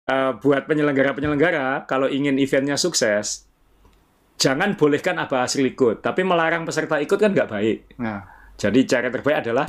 buat penyelenggara-penyelenggara kalau ingin eventnya sukses, jangan bolehkan Abah Asril ikut, tapi melarang peserta ikut kan nggak baik. Nah, Jadi cara terbaik adalah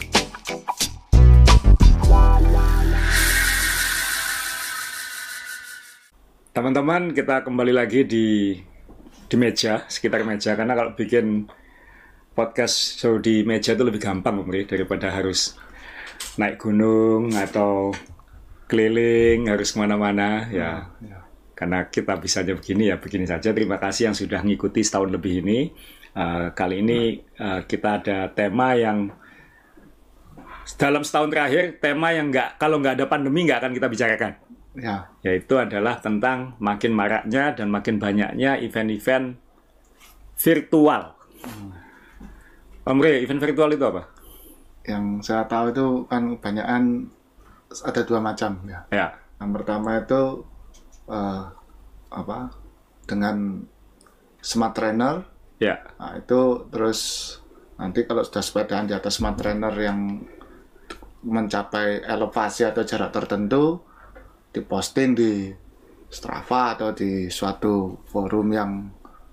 teman-teman, kita kembali lagi di meja, sekitar meja, karena kalau bikin podcast show di meja itu lebih gampang, Om Ri, daripada harus naik gunung atau keliling, harus kemana-mana, ya. Karena kita bisa aja begini, ya begini saja. Terima kasih yang sudah ngikuti setahun lebih ini. Kali ini kita ada tema yang dalam setahun terakhir, tema yang kalau nggak ada pandemi nggak akan kita bicarakan. ya. Yaitu adalah tentang makin maraknya dan makin banyaknya event-event virtual. Om Ri, event virtual itu apa? Yang saya tahu itu kan kebanyakan ada dua macam ya. Ya. Yang pertama itu dengan smart trainer. Ya. Nah, itu terus nanti kalau sudah sepedaan di atas smart trainer yang mencapai elevasi atau jarak tertentu, diposting di Strava atau di suatu forum yang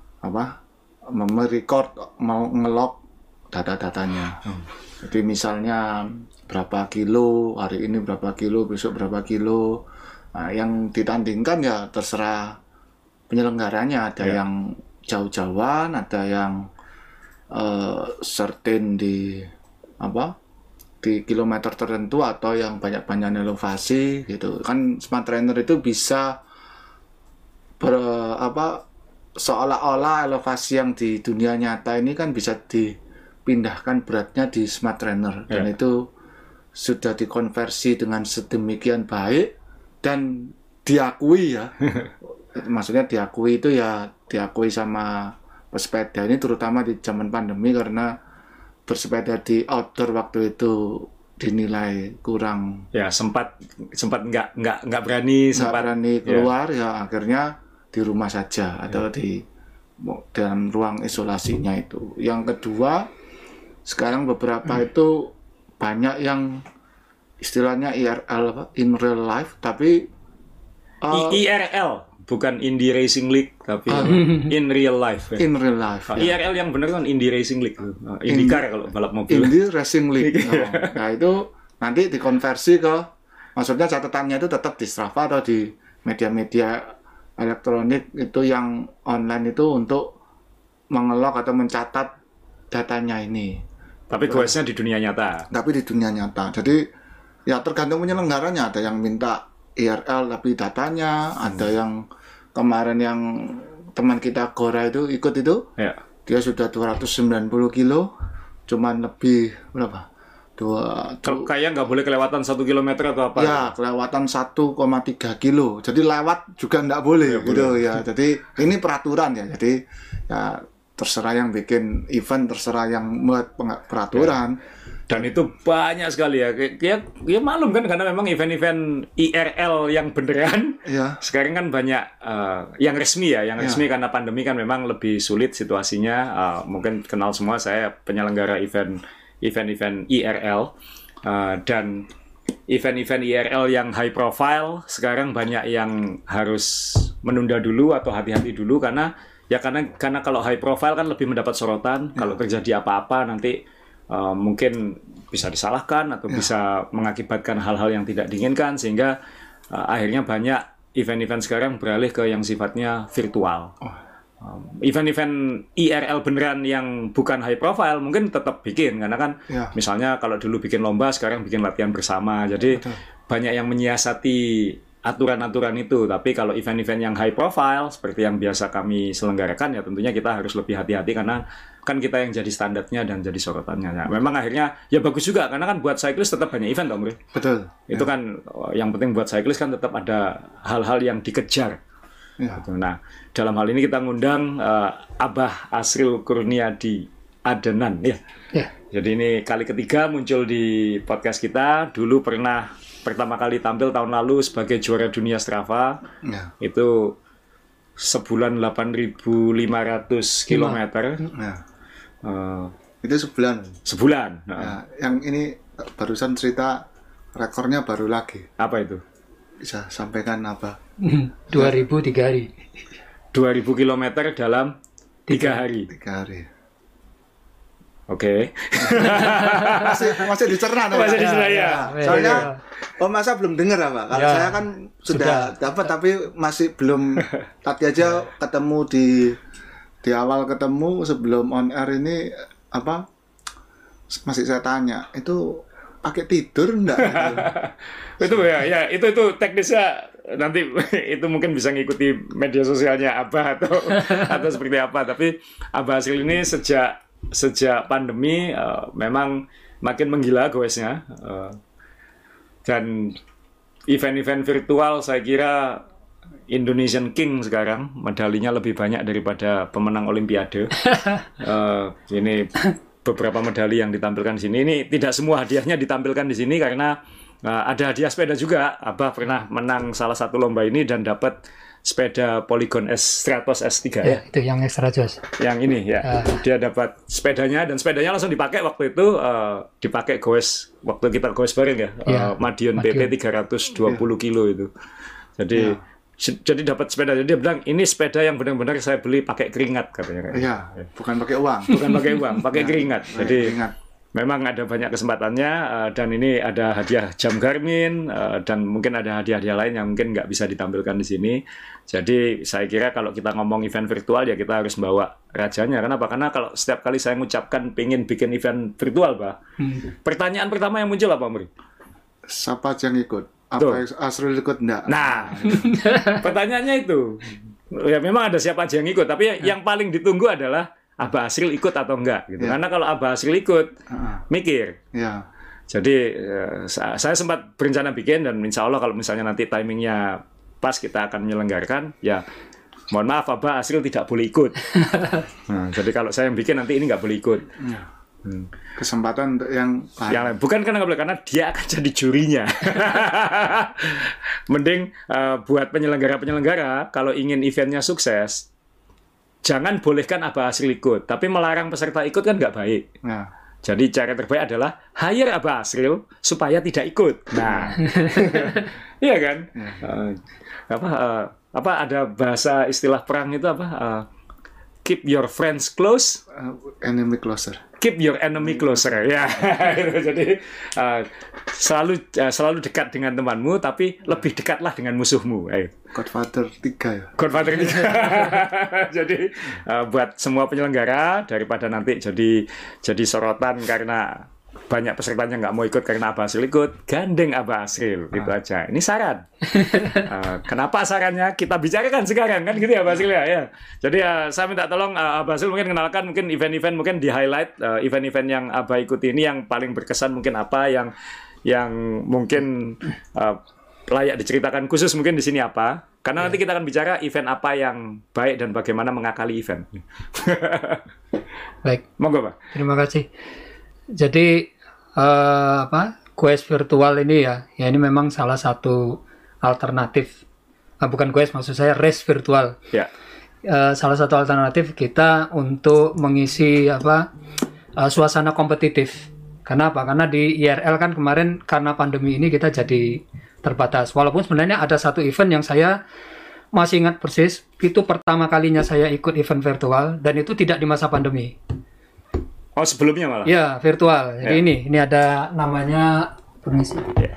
merecord, mau ngelog data-datanya. Jadi misalnya berapa kilo, hari ini berapa kilo, besok berapa kilo. Nah, yang ditandingkan ya terserah penyelenggaranya. Ada yang jauh-jauhan, ada yang certain di kilometer tertentu, atau yang banyak-banyak elevasi gitu. Kan smart trainer itu bisa seolah-olah elevasi yang di dunia nyata ini kan bisa dipindahkan beratnya di smart trainer, dan itu sudah dikonversi dengan sedemikian baik dan diakui ya. Maksudnya diakui itu ya diakui sama pesepeda ini, terutama di zaman pandemi, karena bersepeda di outdoor waktu itu dinilai kurang, Ya, sempat nggak berani, keluar, ya akhirnya di rumah saja atau di dalam ruang isolasinya itu. Yang kedua, sekarang beberapa itu banyak yang istilahnya IRL, in real life, tapi IRL, bukan Indie Racing League, tapi in real life. in real life. Ya. IRL yang benar kan Indie Racing League, IndyCar kalau balap mobil. Indie Racing League. Nah, itu nanti dikonversi ke, maksudnya catatannya itu tetap di Strava atau di media-media elektronik itu yang online itu untuk mengelog atau mencatat datanya ini. Tapi goalsnya di dunia nyata. Tapi di dunia nyata. Jadi ya tergantung penyelenggaranya. Ada yang minta IRL tapi datanya, ada yang kemarin yang teman kita Gora itu ikut itu, dia sudah 290 kilo, cuman lebih berapa? Kayak nggak boleh kelewatan 1 kilometer atau apa? Ya, kelewatan 1,3 kilo. Jadi lewat juga nggak boleh, gitu ya. Jadi ini peraturan ya. Jadi ya terserah yang bikin event, terserah yang buat peraturan. Dan itu banyak sekali ya. Ya malum kan, karena memang event-event IRL yang beneran sekarang kan banyak yang resmi ya. Yang resmi karena pandemi kan memang lebih sulit situasinya. Mungkin kenal semua, saya penyelenggara event IRL, dan event-event IRL yang high profile sekarang banyak yang harus menunda dulu atau hati-hati dulu, karena kalau high profile kan lebih mendapat sorotan. Kalau terjadi apa-apa nanti mungkin bisa disalahkan atau bisa mengakibatkan hal-hal yang tidak diinginkan, sehingga akhirnya banyak event-event sekarang beralih ke yang sifatnya virtual. Event-event IRL beneran yang bukan high profile mungkin tetap bikin, karena kan misalnya kalau dulu bikin lomba, sekarang bikin latihan bersama. Jadi banyak yang menyiasati aturan-aturan itu. Tapi kalau event-event yang high profile seperti yang biasa kami selenggarakan, ya tentunya kita harus lebih hati-hati, karena kan kita yang jadi standarnya dan jadi sorotannya. Nah, memang akhirnya ya bagus juga, karena kan buat cyclist tetap banyak event, Om Ri. Betul. Itu kan yang penting buat cyclist kan tetap ada hal-hal yang dikejar. Nah, dalam hal ini kita ngundang Abah Asril Kurniadi Adenan ya. Jadi ini kali ketiga muncul di podcast kita. Dulu pernah pertama kali tampil tahun lalu sebagai juara dunia Strava. Itu sebulan 8.500 kilometer. Itu sebulan. Nah. Yang ini barusan cerita rekornya baru lagi. Apa itu? bisa sampaikan apa? 2000 3 hari. 2000 kilometer dalam 3 hari. 3 hari. Oke. Masih dicerna tuh. Masih dicerna ya. Soalnya Masa belum dengar apa? Kalau saya kan sudah dapat tapi masih belum. Tadi aja ketemu di awal ketemu sebelum on air ini apa? Masih saya tanya, itu pakai tidur enggak? Itu ya itu teknisnya nanti itu mungkin bisa ngikuti media sosialnya Abah atau seperti apa. Tapi Abah Asril ini sejak pandemi memang makin menggila goesnya, dan event-event virtual saya kira Indonesian King sekarang, medalinya lebih banyak daripada pemenang Olimpiade. Ini beberapa medali yang ditampilkan di sini. Ini tidak semua hadiahnya ditampilkan di sini karena ada hadiah sepeda juga. Abah pernah menang salah satu lomba ini dan dapat sepeda Polygon Stratos S3 ya. Itu yang extra jos. Yang ini ya. Dia dapat sepedanya dan sepedanya langsung dipakai waktu itu, dipakai goes waktu kita goes bareng ya. Madiun PT 320 kilo itu. Jadi dapat sepeda. Jadi dia bilang ini sepeda yang benar-benar saya beli pakai keringat katanya. Iya, bukan pakai uang. Bukan pakai uang, pakai keringat. Jadi memang ada banyak kesempatannya, dan ini ada hadiah jam Garmin, dan mungkin ada hadiah-hadiah lain yang mungkin nggak bisa ditampilkan di sini. Jadi saya kira kalau kita ngomong event virtual ya kita harus bawa rajanya. Kenapa? Karena kalau setiap kali saya mengucapkan pengen bikin event virtual, Pak, pertanyaan pertama yang muncul apa, Mri? Siapa yang ikut? Apa Asril ikut enggak? Nah, pertanyaannya itu. Ya memang ada siapa aja yang ikut, tapi yang paling ditunggu adalah Abah Asril ikut atau enggak gitu. Karena kalau Abah Asril ikut, mikir. Jadi saya sempat berencana bikin, dan insya Allah kalau misalnya nanti timingnya pas kita akan menyelenggarakan, ya mohon maaf Abah Asril tidak boleh ikut. Nah, jadi kalau saya yang bikin nanti ini nggak boleh ikut. Kesempatan untuk yang lain. Bukan karena nggak boleh, karena dia akan jadi jurinya. Mending buat penyelenggara kalau ingin eventnya sukses, jangan bolehkan Abah Asril ikut, tapi melarang peserta ikut kan nggak baik. Jadi cara terbaik adalah hire Abah Asril supaya tidak ikut. Nah, iya kan? Apa ada bahasa istilah perang itu apa? Keep your friends close, enemy closer. Keep your enemy closer. Ya, jadi selalu dekat dengan temanmu, tapi lebih dekatlah dengan musuhmu. Godfather 3 ya. Godfather 3. Jadi buat semua penyelenggara, daripada nanti jadi sorotan karena banyak pesertanya nggak mau ikut karena Abah Asril ikut, gandeng Abah Asril, gitu aja. Ini saran. Kenapa sarannya kita bicarakan sekarang kan gitu ya Abah Asril ya. Jadi saya minta tolong Abah Asril mungkin kenalkan mungkin event-event, mungkin di highlight event-event yang Abah ikuti ini yang paling berkesan, mungkin apa yang mungkin layak diceritakan khusus mungkin di sini apa. Karena nanti kita akan bicara event apa yang baik dan bagaimana mengakali event. Baik. Monggo, Pak. Terima kasih. Jadi quest virtual ini ya ini memang salah satu alternatif, bukan quest, maksud saya race virtual. Salah satu alternatif kita untuk mengisi suasana kompetitif. Kenapa? Karena di IRL kan kemarin karena pandemi ini kita jadi terbatas. Walaupun sebenarnya ada satu event yang saya masih ingat persis, itu pertama kalinya saya ikut event virtual dan itu tidak di masa pandemi. Oh, sebelumnya malah? Ya, virtual. Jadi ini ada namanya, permisi.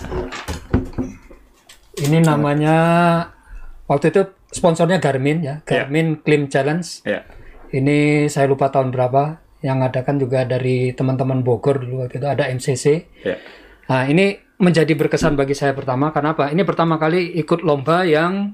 Ini namanya, waktu itu sponsornya Garmin ya, Garmin Climb Challenge. Ini saya lupa tahun berapa, yang adakan juga dari teman-teman Bogor dulu, waktu itu ada MCC. Nah, ini menjadi berkesan bagi saya pertama, karena apa? Ini pertama kali ikut lomba yang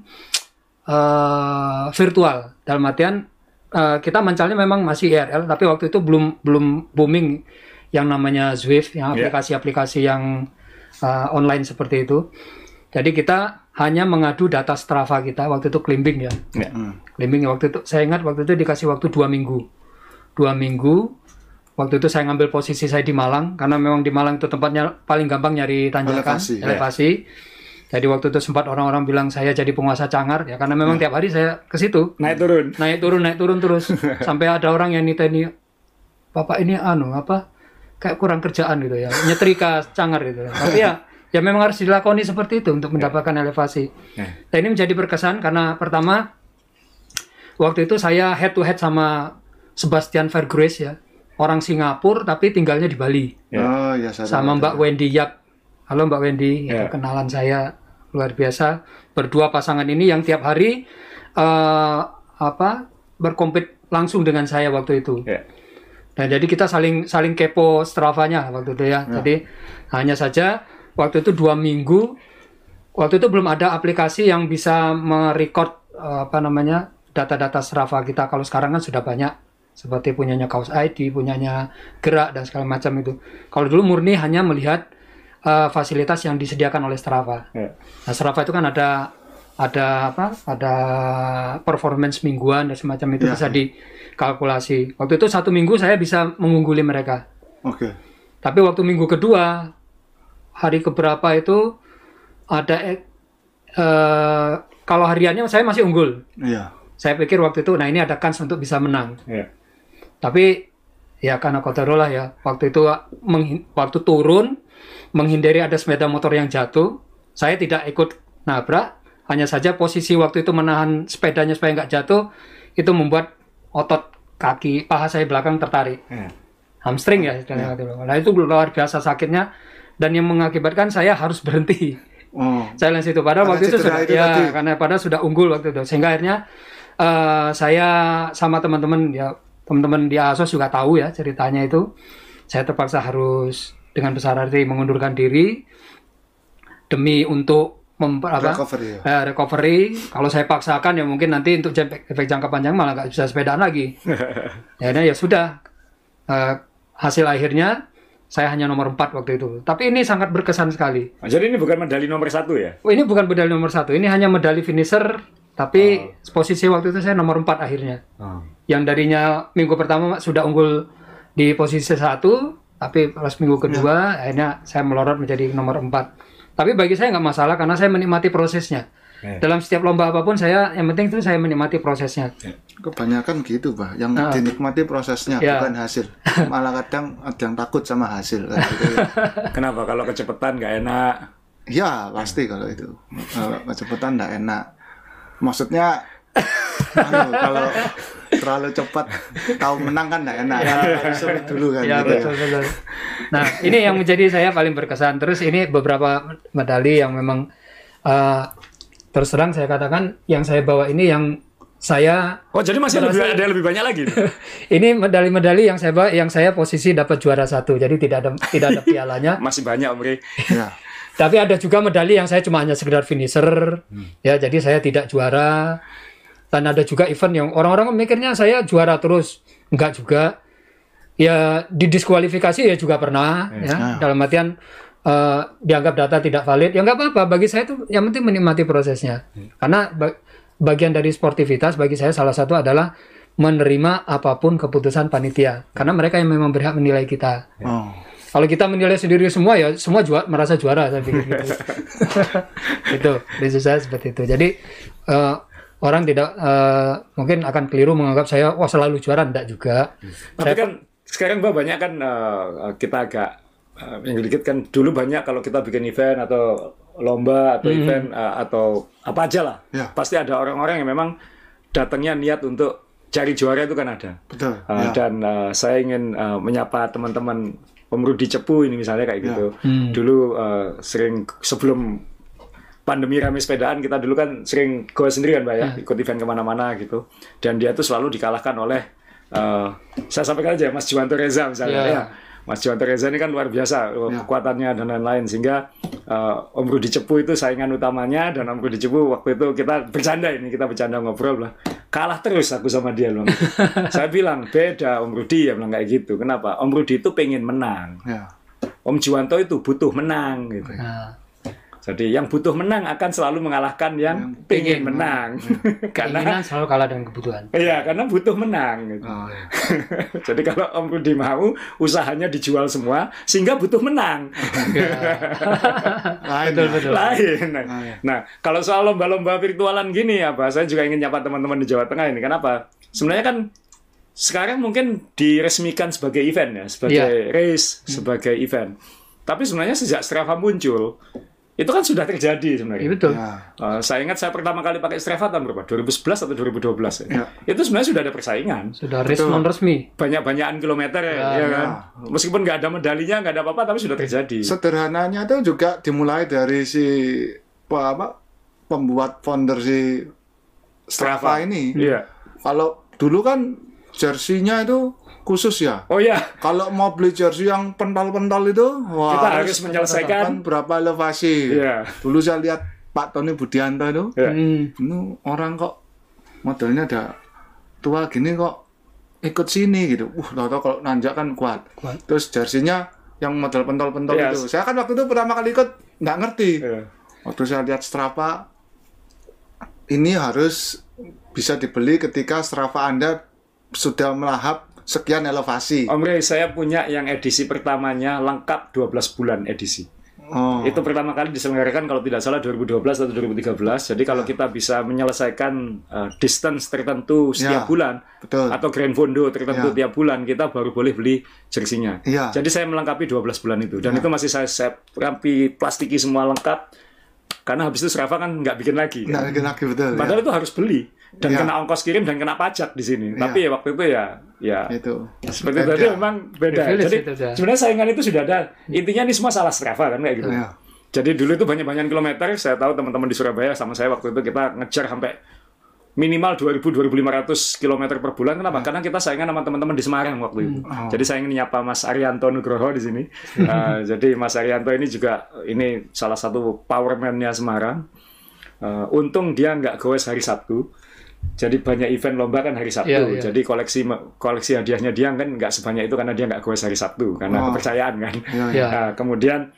virtual, dalam artian kita mencalnya memang masih IRL, tapi waktu itu belum booming yang namanya Zwift, yang aplikasi-aplikasi yang online seperti itu. Jadi kita hanya mengadu data Strava kita waktu itu climbing ya. Climbing waktu itu saya ingat waktu itu dikasih waktu 2 minggu. 2 minggu. Waktu itu saya ngambil posisi saya di Malang karena memang di Malang itu tempatnya paling gampang nyari tanjakan, elevasi. Jadi waktu itu sempat orang-orang bilang saya jadi penguasa Cangar ya, karena memang tiap hari saya ke situ naik turun terus sampai ada orang yang niteni, Bapak ini kayak kurang kerjaan gitu ya, nyetrika Cangar gitu. Tapi ya ya memang harus dilakoni seperti itu untuk mendapatkan elevasi. Dan ini menjadi berkesan karena pertama waktu itu saya head to head sama Sebastian Vergrees ya, orang Singapura tapi tinggalnya di Bali. Oh, ya, sama Mbak Wendy Yap. Halo Mbak Wendy, itu kenalan saya luar biasa. Berdua pasangan ini yang tiap hari berkompet langsung dengan saya waktu itu. Nah, jadi kita saling kepo Strava-nya waktu itu ya. Jadi hanya saja waktu itu 2 minggu, waktu itu belum ada aplikasi yang bisa merecord data-data Strava kita. Kalau sekarang kan sudah banyak, seperti punyanya Chaos ID, punyanya Gerak dan segala macam itu. Kalau dulu murni hanya melihat fasilitas yang disediakan oleh Strava. Nah, Strava itu kan ada performance mingguan dan semacam itu bisa dikalkulasi. Waktu itu 1 minggu saya bisa mengungguli mereka. Tapi waktu minggu kedua, hari keberapa itu ada kalau hariannya saya masih unggul. Saya pikir waktu itu, nah ini ada kans untuk bisa menang. Tapi ya karena kotorullah ya, waktu itu waktu turun menghindari ada sepeda motor yang jatuh, saya tidak ikut nabrak. Hanya saja posisi waktu itu menahan sepedanya supaya nggak jatuh, itu membuat otot kaki paha saya belakang tertarik. Hamstring ya. Nah itu luar biasa sakitnya, dan yang mengakibatkan saya harus berhenti. Challenge itu padahal waktu itu sudah karena padahal sudah unggul waktu itu, sehingga akhirnya saya sama teman-teman di ASOS juga tahu ya ceritanya itu. Saya terpaksa harus dengan besar hati mengundurkan diri demi untuk recovery. Kalau saya paksakan ya mungkin nanti untuk efek jangka panjang malah nggak bisa sepedaan lagi. Ya sudah, hasil akhirnya saya hanya nomor 4 waktu itu. Tapi ini sangat berkesan sekali. Jadi ini bukan medali nomor 1 ya? Ini bukan medali nomor 1, ini hanya medali finisher. Tapi posisi waktu itu saya nomor 4 akhirnya. Yang darinya minggu pertama sudah unggul di posisi 1, tapi pas minggu kedua akhirnya saya melorot menjadi nomor 4. Tapi bagi saya nggak masalah karena saya menikmati prosesnya. Dalam setiap lomba apapun yang penting itu saya menikmati prosesnya. Kebanyakan gitu, Pak. Yang dinikmati prosesnya bukan hasil. Malah kadang ada yang takut sama hasil. Kenapa? Kalau kecepatan nggak enak? Ya pasti kalau itu. Kalau kecepatan nggak enak. Maksudnya kalau terlalu cepat tahu menang kan nggak enak. Sulit dulu kan. Betul. Nah, ini yang menjadi saya paling berkesan. Terus ini beberapa medali yang memang terus terang saya katakan yang saya bawa ini yang saya jadi masih ada lebih banyak lagi. Ini medali-medali yang saya bawa yang saya posisi dapat juara 1. Jadi tidak ada pialanya. Masih banyak, Om Ri. Tapi ada juga medali yang saya cuma hanya sekedar finisher. Ya, jadi saya tidak juara. Dan ada juga event yang orang-orang mikirnya saya juara terus. Enggak juga. Ya, didiskualifikasi ya juga pernah. Dalam artian dianggap data tidak valid. Ya nggak apa-apa. Bagi saya itu yang penting menikmati prosesnya. Karena bagian dari sportivitas bagi saya salah satu adalah menerima apapun keputusan panitia. Karena mereka yang memang berhak menilai kita. Kalau kita menilai sendiri semua ya semua merasa juara, saya pikir gitu. Itu prinsip saya seperti itu. Jadi orang tidak mungkin akan keliru menganggap saya selalu juara, enggak juga. Tapi kan sekarang banyak kan kita agak yang dikit kan dulu banyak kalau kita bikin event atau lomba atau event atau apa aja lah, pasti ada orang-orang yang memang datangnya niat untuk cari juara itu kan ada. Betul. Dan saya ingin menyapa teman-teman Om Rudi Cepu ini misalnya kayak gitu. Dulu sering sebelum pandemi rame sepedaan, kita dulu kan sering go sendiri kan Pak ya, ikut event kemana-mana gitu. Dan dia tuh selalu dikalahkan oleh, saya sampaikan aja Mas Juwanto Reza misalnya ya. Mas Juwanto Reza ini kan luar biasa kekuatannya dan lain-lain, sehingga Om Rudi Cepu itu saingan utamanya. Dan Om Rudi Cepu waktu itu kita bercanda ngobrol lah, kalah terus aku sama dia loh. Saya bilang beda Om Rudi, ya bilang kayak gitu. Kenapa? Om Rudi itu pengen menang, Om Juwanto itu butuh menang gitu. Jadi yang butuh menang akan selalu mengalahkan yang pengen menang. Karena selalu kalah dengan kebutuhan. Iya, karena butuh menang. Gitu. Jadi kalau Om Rudi mau, usahanya dijual semua sehingga butuh menang. Lain. Nah, kalau soal lomba-lomba virtualan gini saya juga ingin nyapa teman-teman di Jawa Tengah ini. Kenapa? Sebenarnya kan sekarang mungkin diresmikan sebagai event ya, sebagai race, sebagai event. Tapi sebenarnya sejak Strava muncul, itu kan sudah terjadi sebenarnya. Iya, betul. Saya ingat saya pertama kali pakai Strava tahun berapa? 2011 atau 2012 ya. Itu sebenarnya sudah ada persaingan. Sudah non resmi. Banyak-banyakan kilometer ya kan. Meskipun nggak ada medalinya, nggak ada apa-apa, tapi sudah terjadi. Sederhananya itu juga dimulai dari si pembuat founder si Strava ini. Iya. Kalau dulu kan jersinya itu khusus ya. Oh ya. Kalau mau beli jersey yang pentol-pentol itu, wah, kita harus menyelesaikan berapa elevasi. Iya. Dulu saya lihat Pak Tony Budianto itu, ini orang kok modelnya ada tua gini kok ikut sini gitu. Tahu-tahu kalau nanjak kan kuat. Terus jersinya yang model pentol-pentol itu. Saya kan waktu itu pertama kali ikut nggak ngerti. Waktu saya lihat Strava, ini harus bisa dibeli ketika Strava Anda sudah melahap sekian elevasi. Om Rey, saya punya yang edisi pertamanya lengkap 12 bulan edisi. Itu pertama kali diselenggarakan kalau tidak salah 2012 atau 2013. Jadi kalau kita bisa menyelesaikan distance tertentu setiap bulan, atau grand fondo tertentu tiap bulan, kita baru boleh beli jersinya. Jadi saya melengkapi 12 bulan itu. Dan itu masih saya rapi plastiki semua lengkap. Karena habis itu Strava kan nggak bikin lagi. Kan? Nggak bikin lagi, betul. Padahal itu harus beli. Dan kena ongkos kirim dan kena pajak di sini. Tapi ya waktu itu ya itu. Seperti itu memang beda. Jadi sebenarnya saingan itu sudah ada. Intinya ini semua salah Strava kan kayak gitu. Jadi dulu itu banyak kilometer. Saya tahu teman-teman di Surabaya sama saya waktu itu kita ngejar sampai minimal 2.000-2.500 km per bulan. Kenapa? Karena kita saingan sama teman-teman di Semarang waktu itu. Jadi saya ingin nyapa Mas Arianto Nugroho di sini. Jadi Mas Arianto ini juga ini salah satu powerman-nya Semarang. Untung dia nggak goes hari Sabtu. Jadi banyak event lomba kan hari Sabtu. Jadi koleksi hadiahnya dia kan nggak sebanyak itu karena dia nggak goes hari Sabtu karena kepercayaan kan. Kemudian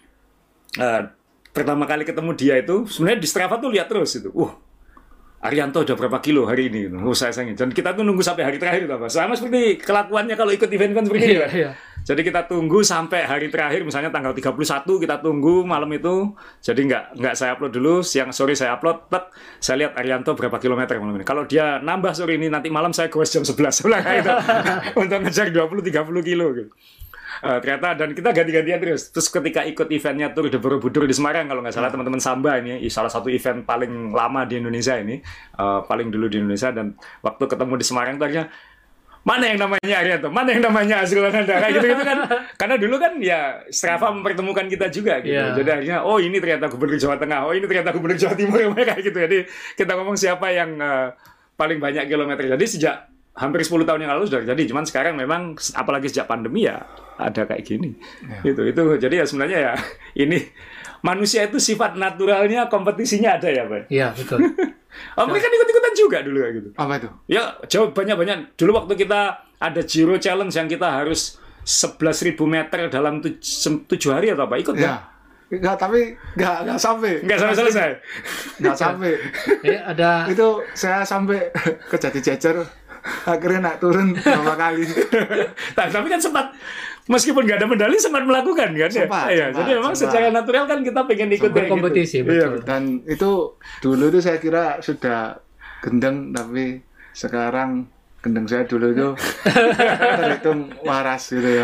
pertama kali ketemu dia itu sebenarnya di Strava tuh lihat terus itu. Arianto udah berapa kilo hari ini? Saya sayangin. Dan kita tuh nunggu sampai hari terakhir, apa? Sama seperti kelakuannya kalau ikut event-event seperti ini. Jadi kita tunggu sampai hari terakhir, misalnya tanggal 31 kita tunggu malam itu. Jadi nggak saya upload dulu, sore saya upload. Saya lihat Arianto berapa kilometer malam ini. Kalau dia nambah sore ini, nanti malam saya goes jam 11 gitu. Untuk ngejar 20-30 kilo gitu. Ternyata dan kita ganti-gantian terus ketika ikut eventnya Tour de Borobudur di Semarang kalau nggak salah teman-teman Samba ini salah satu event paling lama di Indonesia ini paling dulu di Indonesia dan waktu ketemu di Semarang ternyata mana yang namanya Arianto, mana yang namanya Azrul Ananda kayak gitu kan karena dulu kan ya Strava mempertemukan kita juga gitu jadi akhirnya ini ternyata Gubernur Jawa Tengah, ini ternyata Gubernur Jawa Timur kayak gitu jadi kita ngomong siapa yang paling banyak kilometer jadi sejak hampir 10 tahun yang lalu sudah terjadi, cuman sekarang memang apalagi sejak pandemi ya ada kayak gini. Itu jadi ya sebenarnya ya ini manusia itu sifat naturalnya kompetisinya ada ya, Pak. Iya, betul. Mereka ikut-ikutan juga dulu kayak gitu. Apa itu? Ya, jauh banyak dulu waktu kita ada Giro Challenge yang kita harus 11.000 meter dalam 7 hari atau apa ikut ya? Enggak, tapi enggak sampai. Enggak sampai selesai. Enggak sampai. Ada itu saya sampai ke Jati Jajar akhirnya nak turun berapa kali. Tapi kan sempat meskipun nggak ada medali sempat melakukan kan sempat. Jadi memang secara natural kan kita pengen ikut kompetisi gitu. betul. Dan itu dulu itu saya kira sudah gendeng tapi sekarang gendeng saya dulu itu terhitung waras gitu ya.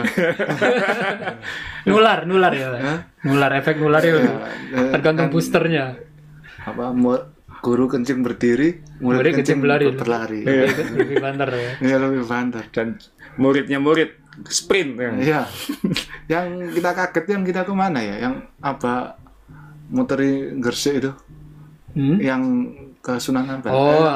nular ya. Nular efek nular ya. Tergantung boosternya. Guru kencing berdiri, murid kencing berlari. Lebih banter ya. Iya, lebih banter. Dan muridnya sprint. Iya. Yang kita kaget yang kita kemana ya? Yang apa muteri Gresik itu? Yang ke Sunan Ampel.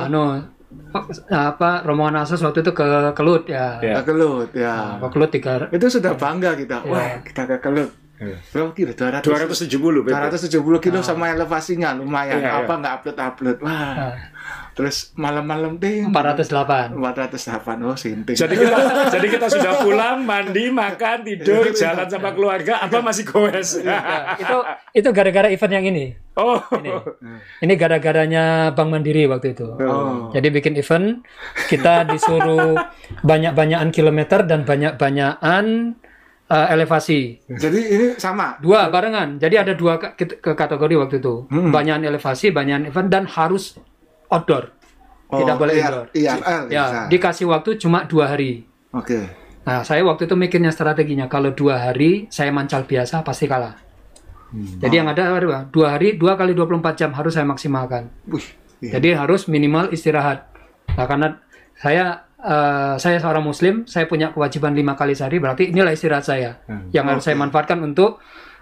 Rombongan Asos waktu itu ke Kelut ya. Ke Kelut ya. Ke Kelut 3. Itu sudah bangga kita. Wah, kita ke Kelut. Berapa kilo? 270 kilo sama elevasinya lumayan. Apa nggak upload? Wah. Terus malam-malam 408. Sinting. Jadi kita sudah pulang, mandi, makan, tidur, jalan sama keluarga. Apa masih goes? Itu gara-gara event yang ini. Ini gara-garanya Bank Mandiri waktu itu. Jadi bikin event, kita disuruh banyak-banyakan kilometer dan banyak-banyakan elevasi. Jadi ini sama? Dua barengan. Jadi ada dua kategori waktu itu. Banyakan elevasi, banyakan event dan harus outdoor. Tidak boleh indoor. IRL. Ya, dikasih waktu cuma 2 hari. Oke. Nah, saya waktu itu mikirnya strateginya, kalau 2 hari saya mancal biasa pasti kalah. Jadi yang ada 2 hari 2 kali 24 jam harus saya maksimalkan. Jadi harus minimal istirahat. Nah, karena saya seorang muslim, saya punya kewajiban 5 kali sehari, berarti inilah istirahat saya yang harus saya manfaatkan untuk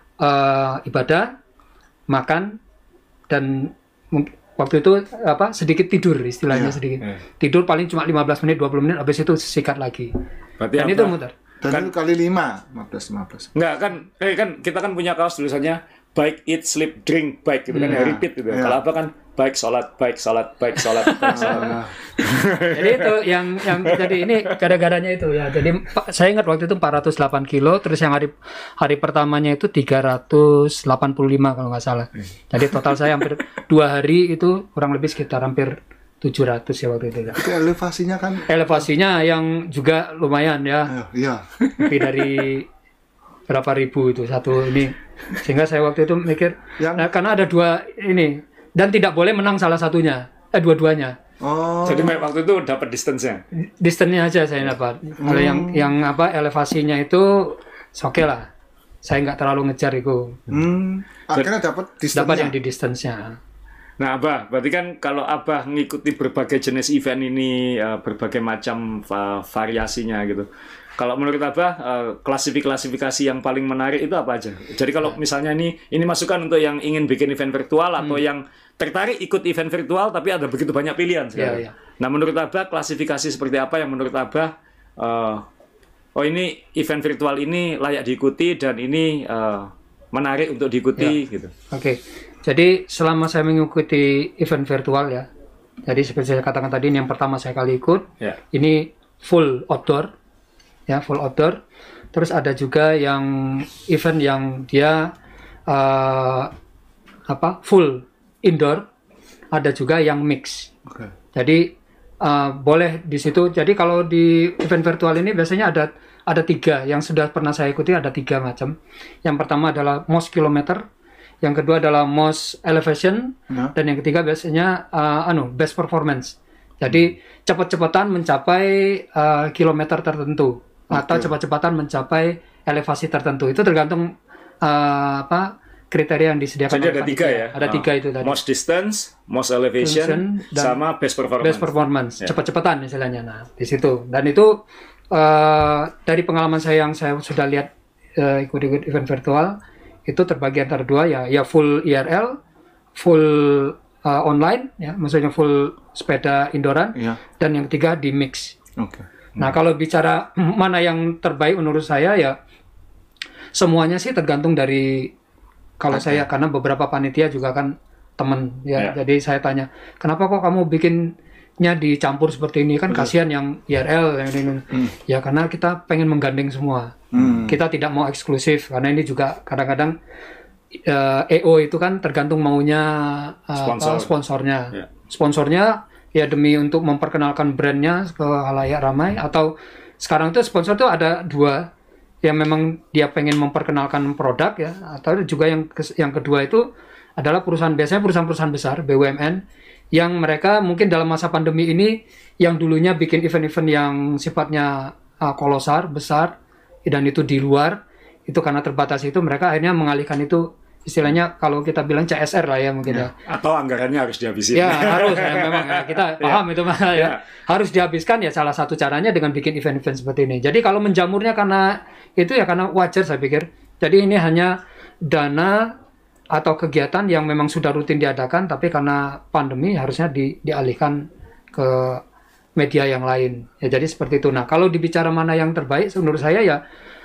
ibadah, makan, dan waktu itu sedikit tidur, istilahnya sedikit. Tidur paling cuma 15 menit, 20 menit, habis itu sikat lagi. Berarti dan itu muter. Dan kan, itu kali 5, 15. Enggak kan kita kan punya kaos tulisannya bike, eat, sleep, drink, bike gitu kan, repeat gitu. Kalau apa kan baik sholat, baik sholat, baik sholat, baik sholat. Jadi itu yang jadi ini gara-garanya itu ya. Jadi saya ingat waktu itu 408 kilo, terus yang hari pertamanya itu 385 kalau nggak salah. Jadi total saya hampir 2 hari itu kurang lebih sekitar hampir 700 ya waktu itu. Itu elevasinya kan? Elevasinya yang juga lumayan ya. Iya. Lebih dari berapa ribu itu satu ini. Sehingga saya waktu itu mikir, nah, karena ada 2 ini. Dan tidak boleh menang salah satunya, dua-duanya. Jadi waktu itu dapat distance-nya? Distance-nya aja saya dapat. Kalau yang elevasinya itu oke lah. Saya nggak terlalu ngejar itu. Akhirnya dapat distance-nya? Dapat yang di distance-nya. Nah, Abah, berarti kan kalau Abah ngikuti berbagai jenis event ini, berbagai macam variasinya gitu. Kalau menurut Abah, klasifikasi yang paling menarik itu apa aja? Jadi kalau misalnya ini masukan untuk yang ingin bikin event virtual atau yang tertarik ikut event virtual tapi ada begitu banyak pilihan sekarang. Nah, menurut Abah, klasifikasi seperti apa yang menurut Abah, ini event virtual ini layak diikuti dan ini menarik untuk diikuti gitu. Oke. Jadi selama saya mengikuti event virtual ya, jadi seperti saya katakan tadi, ini yang pertama saya kali ikut, ini full outdoor, ya full outdoor. Terus ada juga yang event yang dia full indoor, ada juga yang mix. Jadi boleh di situ. Jadi kalau di event virtual ini biasanya ada 3 yang sudah pernah saya ikuti, ada 3 macam. Yang pertama adalah most kilometer. Yang kedua adalah most elevation, dan yang ketiga biasanya best performance. Jadi cepat-cepatan mencapai kilometer tertentu atau cepat-cepatan mencapai elevasi tertentu. Itu tergantung kriteria yang disediakan. Jadi ada 3 ya? Ada 3 itu tadi. Most distance, most elevation, sama best performance. Best performance, cepat-cepatan istilahnya. Nah, di situ. Dan itu dari pengalaman saya yang saya sudah lihat ikut-ikut event virtual, itu terbagi antara 2 ya full IRL, full online ya, maksudnya full sepeda indoran, dan yang ketiga di mix. Nah, kalau bicara mana yang terbaik menurut saya ya semuanya sih tergantung dari saya, karena beberapa panitia juga kan temen ya. Jadi saya tanya, kenapa kok kamu bikinnya dicampur seperti ini, kan kasihan yang IRL yang ini. Ya karena kita pengen menggandeng semua. Kita tidak mau eksklusif, karena ini juga kadang-kadang EO itu kan tergantung maunya sponsornya. Sponsornya ya demi untuk memperkenalkan brandnya ke halayak ramai, atau sekarang tuh sponsor tuh ada 2, yang memang dia pengen memperkenalkan produk ya, atau juga yang kedua itu adalah biasanya perusahaan-perusahaan besar BUMN yang mereka mungkin dalam masa pandemi ini yang dulunya bikin event-event yang sifatnya kolosal besar, dan itu di luar, itu karena terbatas itu mereka akhirnya mengalihkan itu, istilahnya kalau kita bilang CSR lah ya mungkin ya. Atau anggarannya harus dihabisin. Ya harus ya, memang ya, kita paham itu mah ya. Harus dihabiskan ya, salah satu caranya dengan bikin event-event seperti ini. Jadi kalau menjamurnya karena itu ya karena wajar saya pikir. Jadi ini hanya dana atau kegiatan yang memang sudah rutin diadakan, tapi karena pandemi harusnya dialihkan ke media yang lain. Ya jadi seperti itu. Nah, kalau dibicara mana yang terbaik menurut saya ya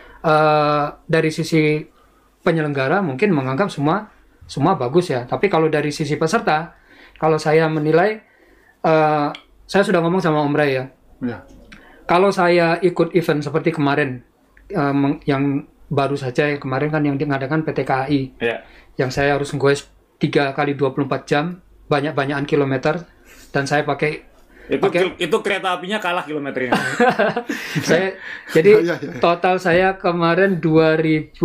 dari sisi penyelenggara mungkin menganggap semua bagus ya. Tapi kalau dari sisi peserta, kalau saya menilai, saya sudah ngomong sama Om Ray ya. Kalau saya ikut event seperti kemarin, yang baru saja kemarin kan yang mengadakan PT KAI, yang saya harus goes 3 kali 24 jam, banyak-banyakan kilometer, dan saya pakai itu kereta apinya kalah kilometernya. Total saya kemarin 2.200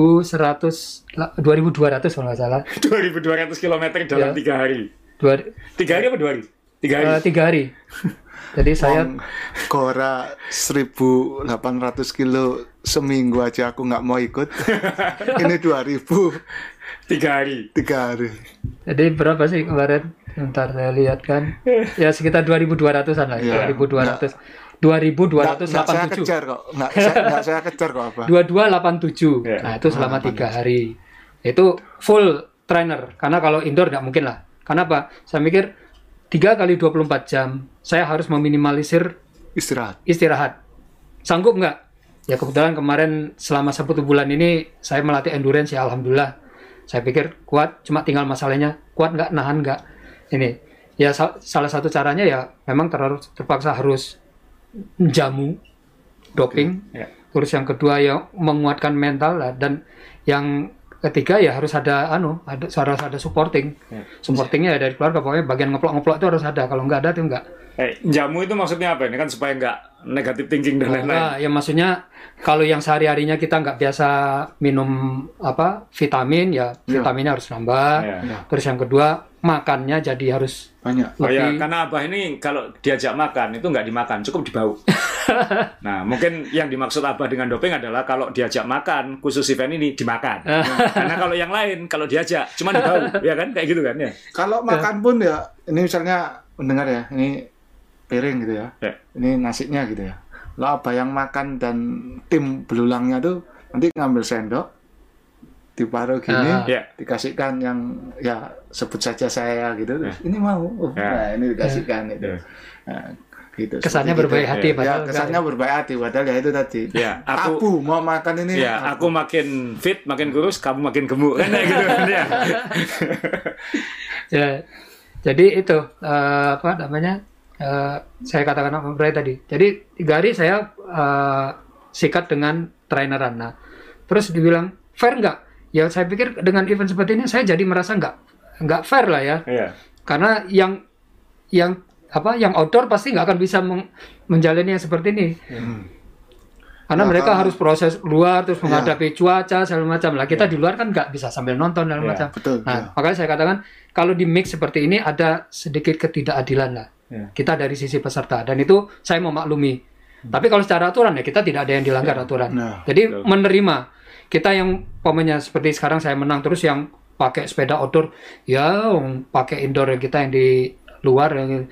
kalau nggak salah. 2.200 kilometer dalam 3 hari. 3 hari apa 2 hari? 3 hari. 3 hari. Jadi saya Gora 1.800 kilo seminggu aja aku nggak mau ikut. Ini 2.000 3 hari. Jadi berapa sih kemarin? Bentar saya lihat kan. Ya sekitar 2.200-an lah. Ya, 2.200. 2.287. Saya kejar kok. Nggak saya kejar kok apa. 2287. Ya. Nah, itu selama 3 hari. Itu full trainer. Karena kalau indoor nggak mungkin lah. Karena apa? Saya mikir 3 kali 24 jam, saya harus meminimalisir istirahat. Sanggup nggak? Ya kebetulan kemarin selama 1 bulan ini saya melatih endurance ya alhamdulillah. Saya pikir kuat, cuma tinggal masalahnya kuat nggak, nahan nggak. Ini ya salah satu caranya ya memang terpaksa harus jamu, doping. Okay. Terus yang kedua ya menguatkan mental lah, dan yang ketiga ya harus ada ada supporting. Supportingnya ya dari keluarga, pokoknya bagian ngeplok-ngeplok itu harus ada. Kalau nggak ada tuh nggak. Jamu itu maksudnya apa? Ini kan supaya nggak negatif thinking dan lain-lain. Ya maksudnya kalau yang sehari-harinya kita nggak biasa minum vitamin ya vitaminnya harus nambah. Terus yang kedua makannya jadi harus banyak. Karena Abah ini kalau diajak makan itu nggak dimakan, cukup dibau. Nah, mungkin yang dimaksud Abah dengan doping adalah kalau diajak makan, khusus event ini dimakan. Karena kalau yang lain, kalau diajak cuma dibau, ya kan? Kayak gitu kan ya. Kalau makan pun ya, ini misalnya mendengar ya, ini piring gitu ya. Ini nasinya gitu ya. Lah Abah yang makan dan tim belulangnya tuh nanti ngambil sendok, diparuh gini, dikasihkan yang ya sebut saja saya gitu. Ini mau, nah ini dikasihkan itu. Nah, gitu. Kesannya berbaik hati, padahal kesannya berbaik hati, padahal ya itu tadi. Ya, aku mau makan ini. Ya, aku makin fit, makin kurus, kamu makin gemuk kan gitu kan ya. Ya, jadi itu saya katakan apa tadi. Jadi 3 hari saya sikat dengan traineran. Nah, terus dibilang fair nggak? Ya saya pikir dengan event seperti ini saya jadi merasa nggak fair lah ya. Karena yang outdoor pasti nggak akan bisa menjalani yang seperti ini. Karena mereka harus proses luar, terus menghadapi cuaca segala macam. Lah kita di luar kan nggak bisa sambil nonton segala macam. Betul, nah, makanya saya katakan kalau di mix seperti ini ada sedikit ketidakadilan lah. Kita dari sisi peserta, dan itu saya memaklumi. Tapi kalau secara aturan ya kita tidak ada yang dilanggar aturan. Jadi menerima kita yang pemainnya seperti sekarang saya menang, terus yang pakai sepeda outdoor ya pakai indoor kita yang di luar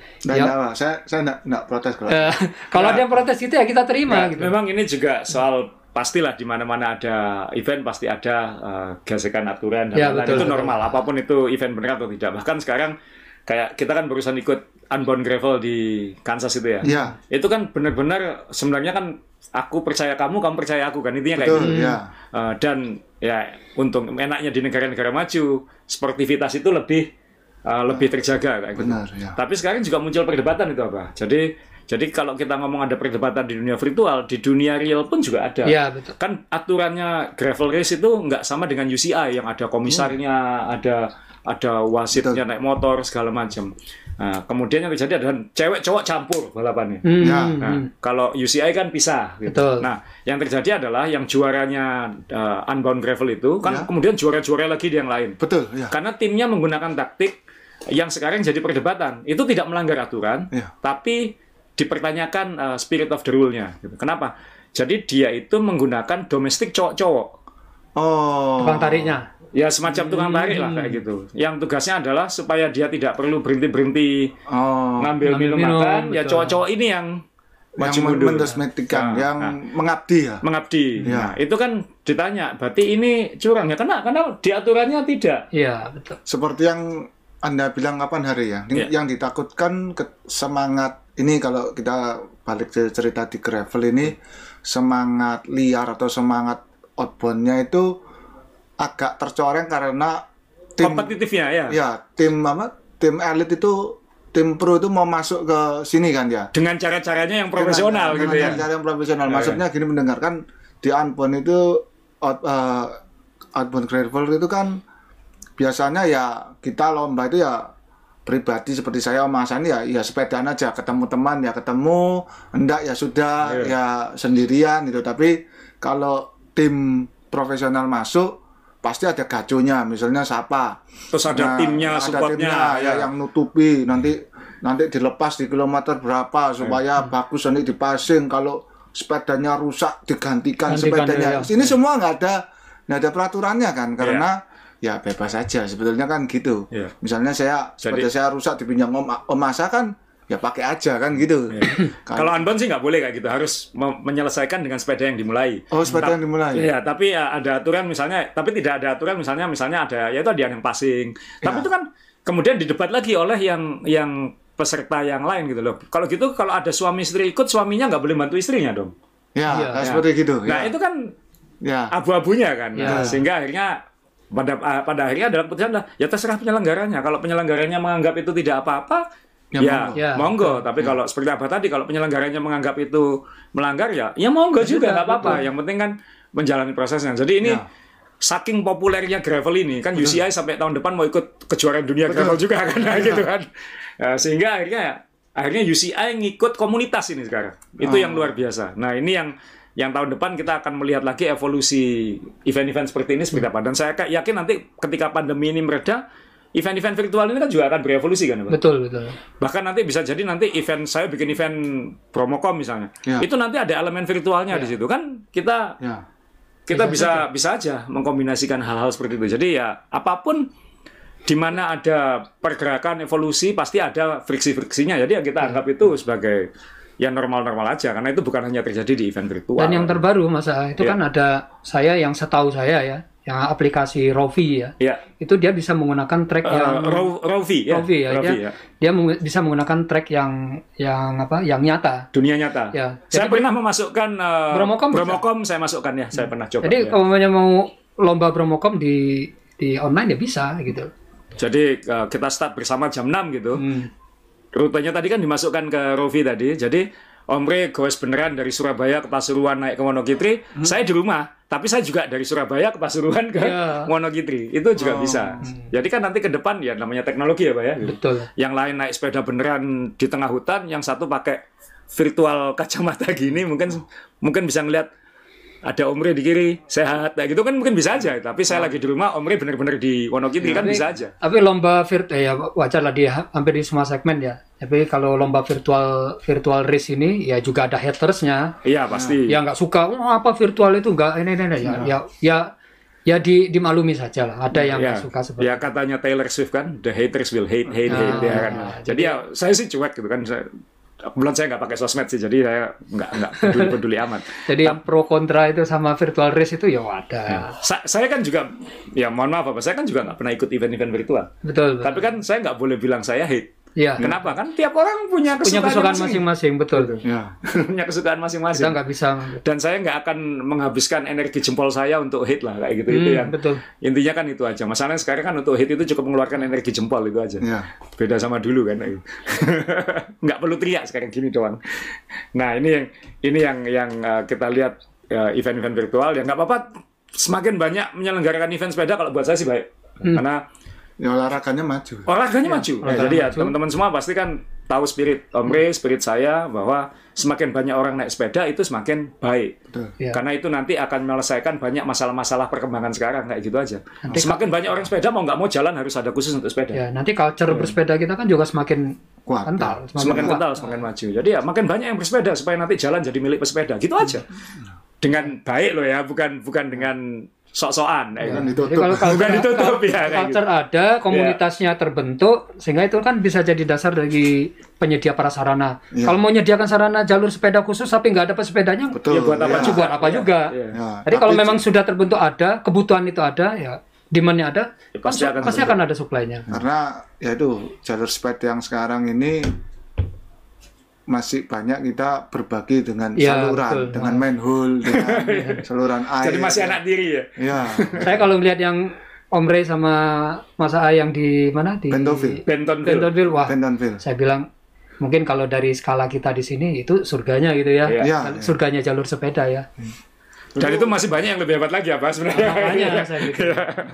saya enggak protes kalau ada yang protes itu ya kita terima gitu. Memang ini juga soal pastilah di mana-mana ada event pasti ada gesekan aturan dan lain-lain. Itu normal, apapun itu event benar atau tidak. Bahkan sekarang kayak kita kan barusan ikut Unbound Gravel di Kansas itu ya. Itu kan benar-benar sebenarnya kan aku percaya kamu percaya aku kan, intinya kayak gitu. Dan ya untung enaknya di negara-negara maju sportivitas itu lebih terjaga kayak gitu. Tapi sekarang juga muncul perdebatan itu apa? Jadi kalau kita ngomong ada perdebatan di dunia virtual, di dunia real pun juga ada. Betul. Kan aturannya gravel race itu nggak sama dengan UCI yang ada komisarnya, ada wasitnya naik motor segala macam. Nah, kemudian yang terjadi adalah cewek cowok campur balapannya. Nah, kalau UCI kan pisah. Gitu. Nah, yang terjadi adalah yang juaranya Unbound Gravel itu kan kemudian juara-juara lagi di yang lain. Betul. Karena timnya menggunakan taktik yang sekarang jadi perdebatan. Itu tidak melanggar aturan, tapi dipertanyakan spirit of the rule-nya. Gitu. Kenapa? Jadi dia itu menggunakan domestik cowok-cowok. Tukang tariknya. Ya semacam tukang tarik lah kayak gitu. Yang tugasnya adalah supaya dia tidak perlu berhenti ngambil minum makan. Ya cowok-cowok ini yang mendosmetikan, yang mengabdi ya. Mengabdi. Nah, itu kan ditanya, berarti ini curang ya? Karena di aturannya tidak. Iya, betul. Seperti yang Anda bilang kapan hari ya? Yang ditakutkan semangat ini, kalau kita balik cerita di gravel ini, semangat liar atau semangat outbound-nya itu agak tercoreng karena tim kompetitifnya ya. Ya, tim elit itu, tim pro itu mau masuk ke sini kan ya. Dengan cara-caranya yang profesional gitu ya. Dengan cara yang profesional. Maksudnya gini, mendengarkan di Unbound itu Unbound Gravel itu kan biasanya ya kita lomba itu ya pribadi seperti saya Mas Ani ya sepedaan aja, ketemu teman ya ketemu, enggak ya sudah ya sendirian gitu. Tapi kalau tim profesional masuk pasti ada gaconya, misalnya siapa, terus ada timnya, supportnya ya yang nutupi, nanti nanti dilepas di kilometer berapa supaya bagus, nanti dipasing, kalau sepedanya rusak digantikan sepedanya. Ini semua nggak ada peraturannya kan, karena ya bebas saja sebetulnya kan gitu. Misalnya sepeda saya rusak dipinjam Om Asa kan, ya pakai aja kan gitu. Kalau unbound sih nggak boleh kayak gitu, harus menyelesaikan dengan sepeda yang dimulai. Oh, sepeda yang dimulai. Iya, tapi ya ada aturan misalnya, tapi tidak ada aturan misalnya ada ya itu ada yang passing. Tapi itu kan kemudian didebat lagi oleh yang peserta yang lain gitu loh. Kalau gitu, kalau ada suami istri ikut, suaminya nggak boleh bantu istrinya dong. Ya, seperti gitu. Nah, itu kan abu-abunya kan. Nah, sehingga akhirnya pada akhirnya adalah keputusan ya terserah penyelenggaranya. Kalau penyelenggaranya menganggap itu tidak apa-apa, monggo. Tapi kalau seperti apa tadi, kalau penyelenggaranya menganggap itu melanggar, ya monggo juga, nggak apa-apa. Yang penting kan menjalani prosesnya. Jadi ini saking populernya gravel ini kan, UCI sampai tahun depan mau ikut kejuaraan dunia gravel juga kan, gitu kan. Sehingga akhirnya UCI ngikut komunitas ini sekarang. Itu yang luar biasa. Nah, ini yang tahun depan kita akan melihat lagi evolusi event-event seperti ini seperti apa. Dan saya yakin nanti ketika pandemi ini mereda, event-event virtual ini kan juga akan berevolusi kan, Pak? Betul. Bahkan nanti bisa jadi nanti saya bikin event Promocom misalnya. Itu nanti ada elemen virtualnya di situ kan, kita bisa aja mengkombinasikan hal-hal seperti itu. Jadi ya apapun di mana ada pergerakan evolusi pasti ada friksi-friksinya. Jadi ya kita anggap itu sebagai ya normal-normal aja, karena itu bukan hanya terjadi di event virtual. Dan yang terbaru Mas, itu kan ada yang setahu saya ya, yang aplikasi Rovi ya. Itu dia bisa menggunakan track yang Rovi ya. Dia bisa menggunakan track yang nyata. Dunia nyata. Ya. Saya pernah memasukkan Bromocom saya masukkan ya, saya pernah coba. Jadi kalau mau lomba Bromocom di online ya bisa gitu. Jadi kita start bersama jam 6 gitu. Rutenya tadi kan dimasukkan ke Rovi tadi. Jadi Omre goes beneran dari Surabaya ke Pasuruan naik ke Wonogiri. Saya di rumah, tapi saya juga dari Surabaya ke Pasuruan ke Wonogiri. Itu juga bisa. Jadi kan nanti ke depan ya namanya teknologi ya, Pak ya. Betul. Yang lain naik sepeda beneran di tengah hutan, yang satu pakai virtual kacamata gini, mungkin bisa ngeliat ada Omre di kiri, sehat, gitu kan mungkin bisa aja. Tapi saya lagi di rumah, Omre bener-bener di Wonogiri kan bisa aja. Tapi lomba ya wajar lah, dia hampir di semua segmen ya. Tapi kalau lomba virtual race ini ya juga ada hatersnya. Iya pasti. Ya nggak suka, apa virtual itu nggak ini. Ya dimaklumi saja lah. Ada yang nggak suka seperti. Ya katanya Taylor Swift kan, the haters will hate ya kan. Jadi ya saya sih cuek gitu kan. Kebetulan saya nggak pakai sosmed sih, jadi saya nggak peduli amat. Jadi yang pro kontra itu sama virtual race itu ya ada. Saya kan juga, ya mohon maaf Pak, saya kan juga nggak pernah ikut event-event virtual. Betul. Tapi kan saya nggak boleh bilang saya hate. Ya. Kenapa? Kan tiap orang punya kesukaan masing-masing, betul. Ya. Punya kesukaan masing-masing. Kita nggak bisa. Dan saya nggak akan menghabiskan energi jempol saya untuk hate lah, kayak gitu. Itu yang betul. Intinya kan itu aja. Masalahnya sekarang kan untuk hate itu cukup mengeluarkan energi jempol itu aja. Ya. Beda sama dulu kan. Nggak perlu teriak sekarang gini doang. Nah ini yang kita lihat event-event virtual. Ya nggak apa-apa. Semakin banyak menyelenggarakan event sepeda kalau buat saya sih baik. Karena ya olahraganya maju. Maju. Jadi ya teman-teman semua pasti kan tahu spirit Omre, spirit saya, bahwa semakin banyak orang naik sepeda itu semakin baik. Ya. Karena itu nanti akan menyelesaikan banyak masalah-masalah perkembangan sekarang kayak gitu aja. Semakin banyak orang sepeda mau nggak mau jalan harus ada khusus untuk sepeda. Ya, nanti culture bersepeda kita kan juga semakin kuat, kental, semakin kental, semakin maju. Jadi ya makin banyak yang bersepeda supaya nanti jalan jadi milik pesepeda. Gitu aja. Dengan baik loh ya, bukan dengan sok-sokan. Jadi kalau ditutup ya. Culture ada, komunitasnya terbentuk, sehingga itu kan bisa jadi dasar dari penyedia prasarana. Kalau mau menyediakan sarana jalur sepeda khusus tapi nggak ada pesepedanya, ya buat apa juga. Jadi kalau memang sudah terbentuk ada, kebutuhan itu ada, ya demand-nya ada, ya, pasti akan ada supply-nya. Karena ya itu jalur sepeda yang sekarang ini masih banyak kita berbagi dengan saluran, dengan manhole, dengan saluran air. Jadi masih anak diri ya? Ya. Saya kalau melihat yang Omre sama Mas A yang di mana? Di Bentonville. Wah, saya bilang mungkin kalau dari skala kita di sini itu surganya gitu ya. Surganya jalur sepeda ya. Dan itu masih banyak yang lebih hebat lagi ya Pak sebenarnya. Makanya saya gitu.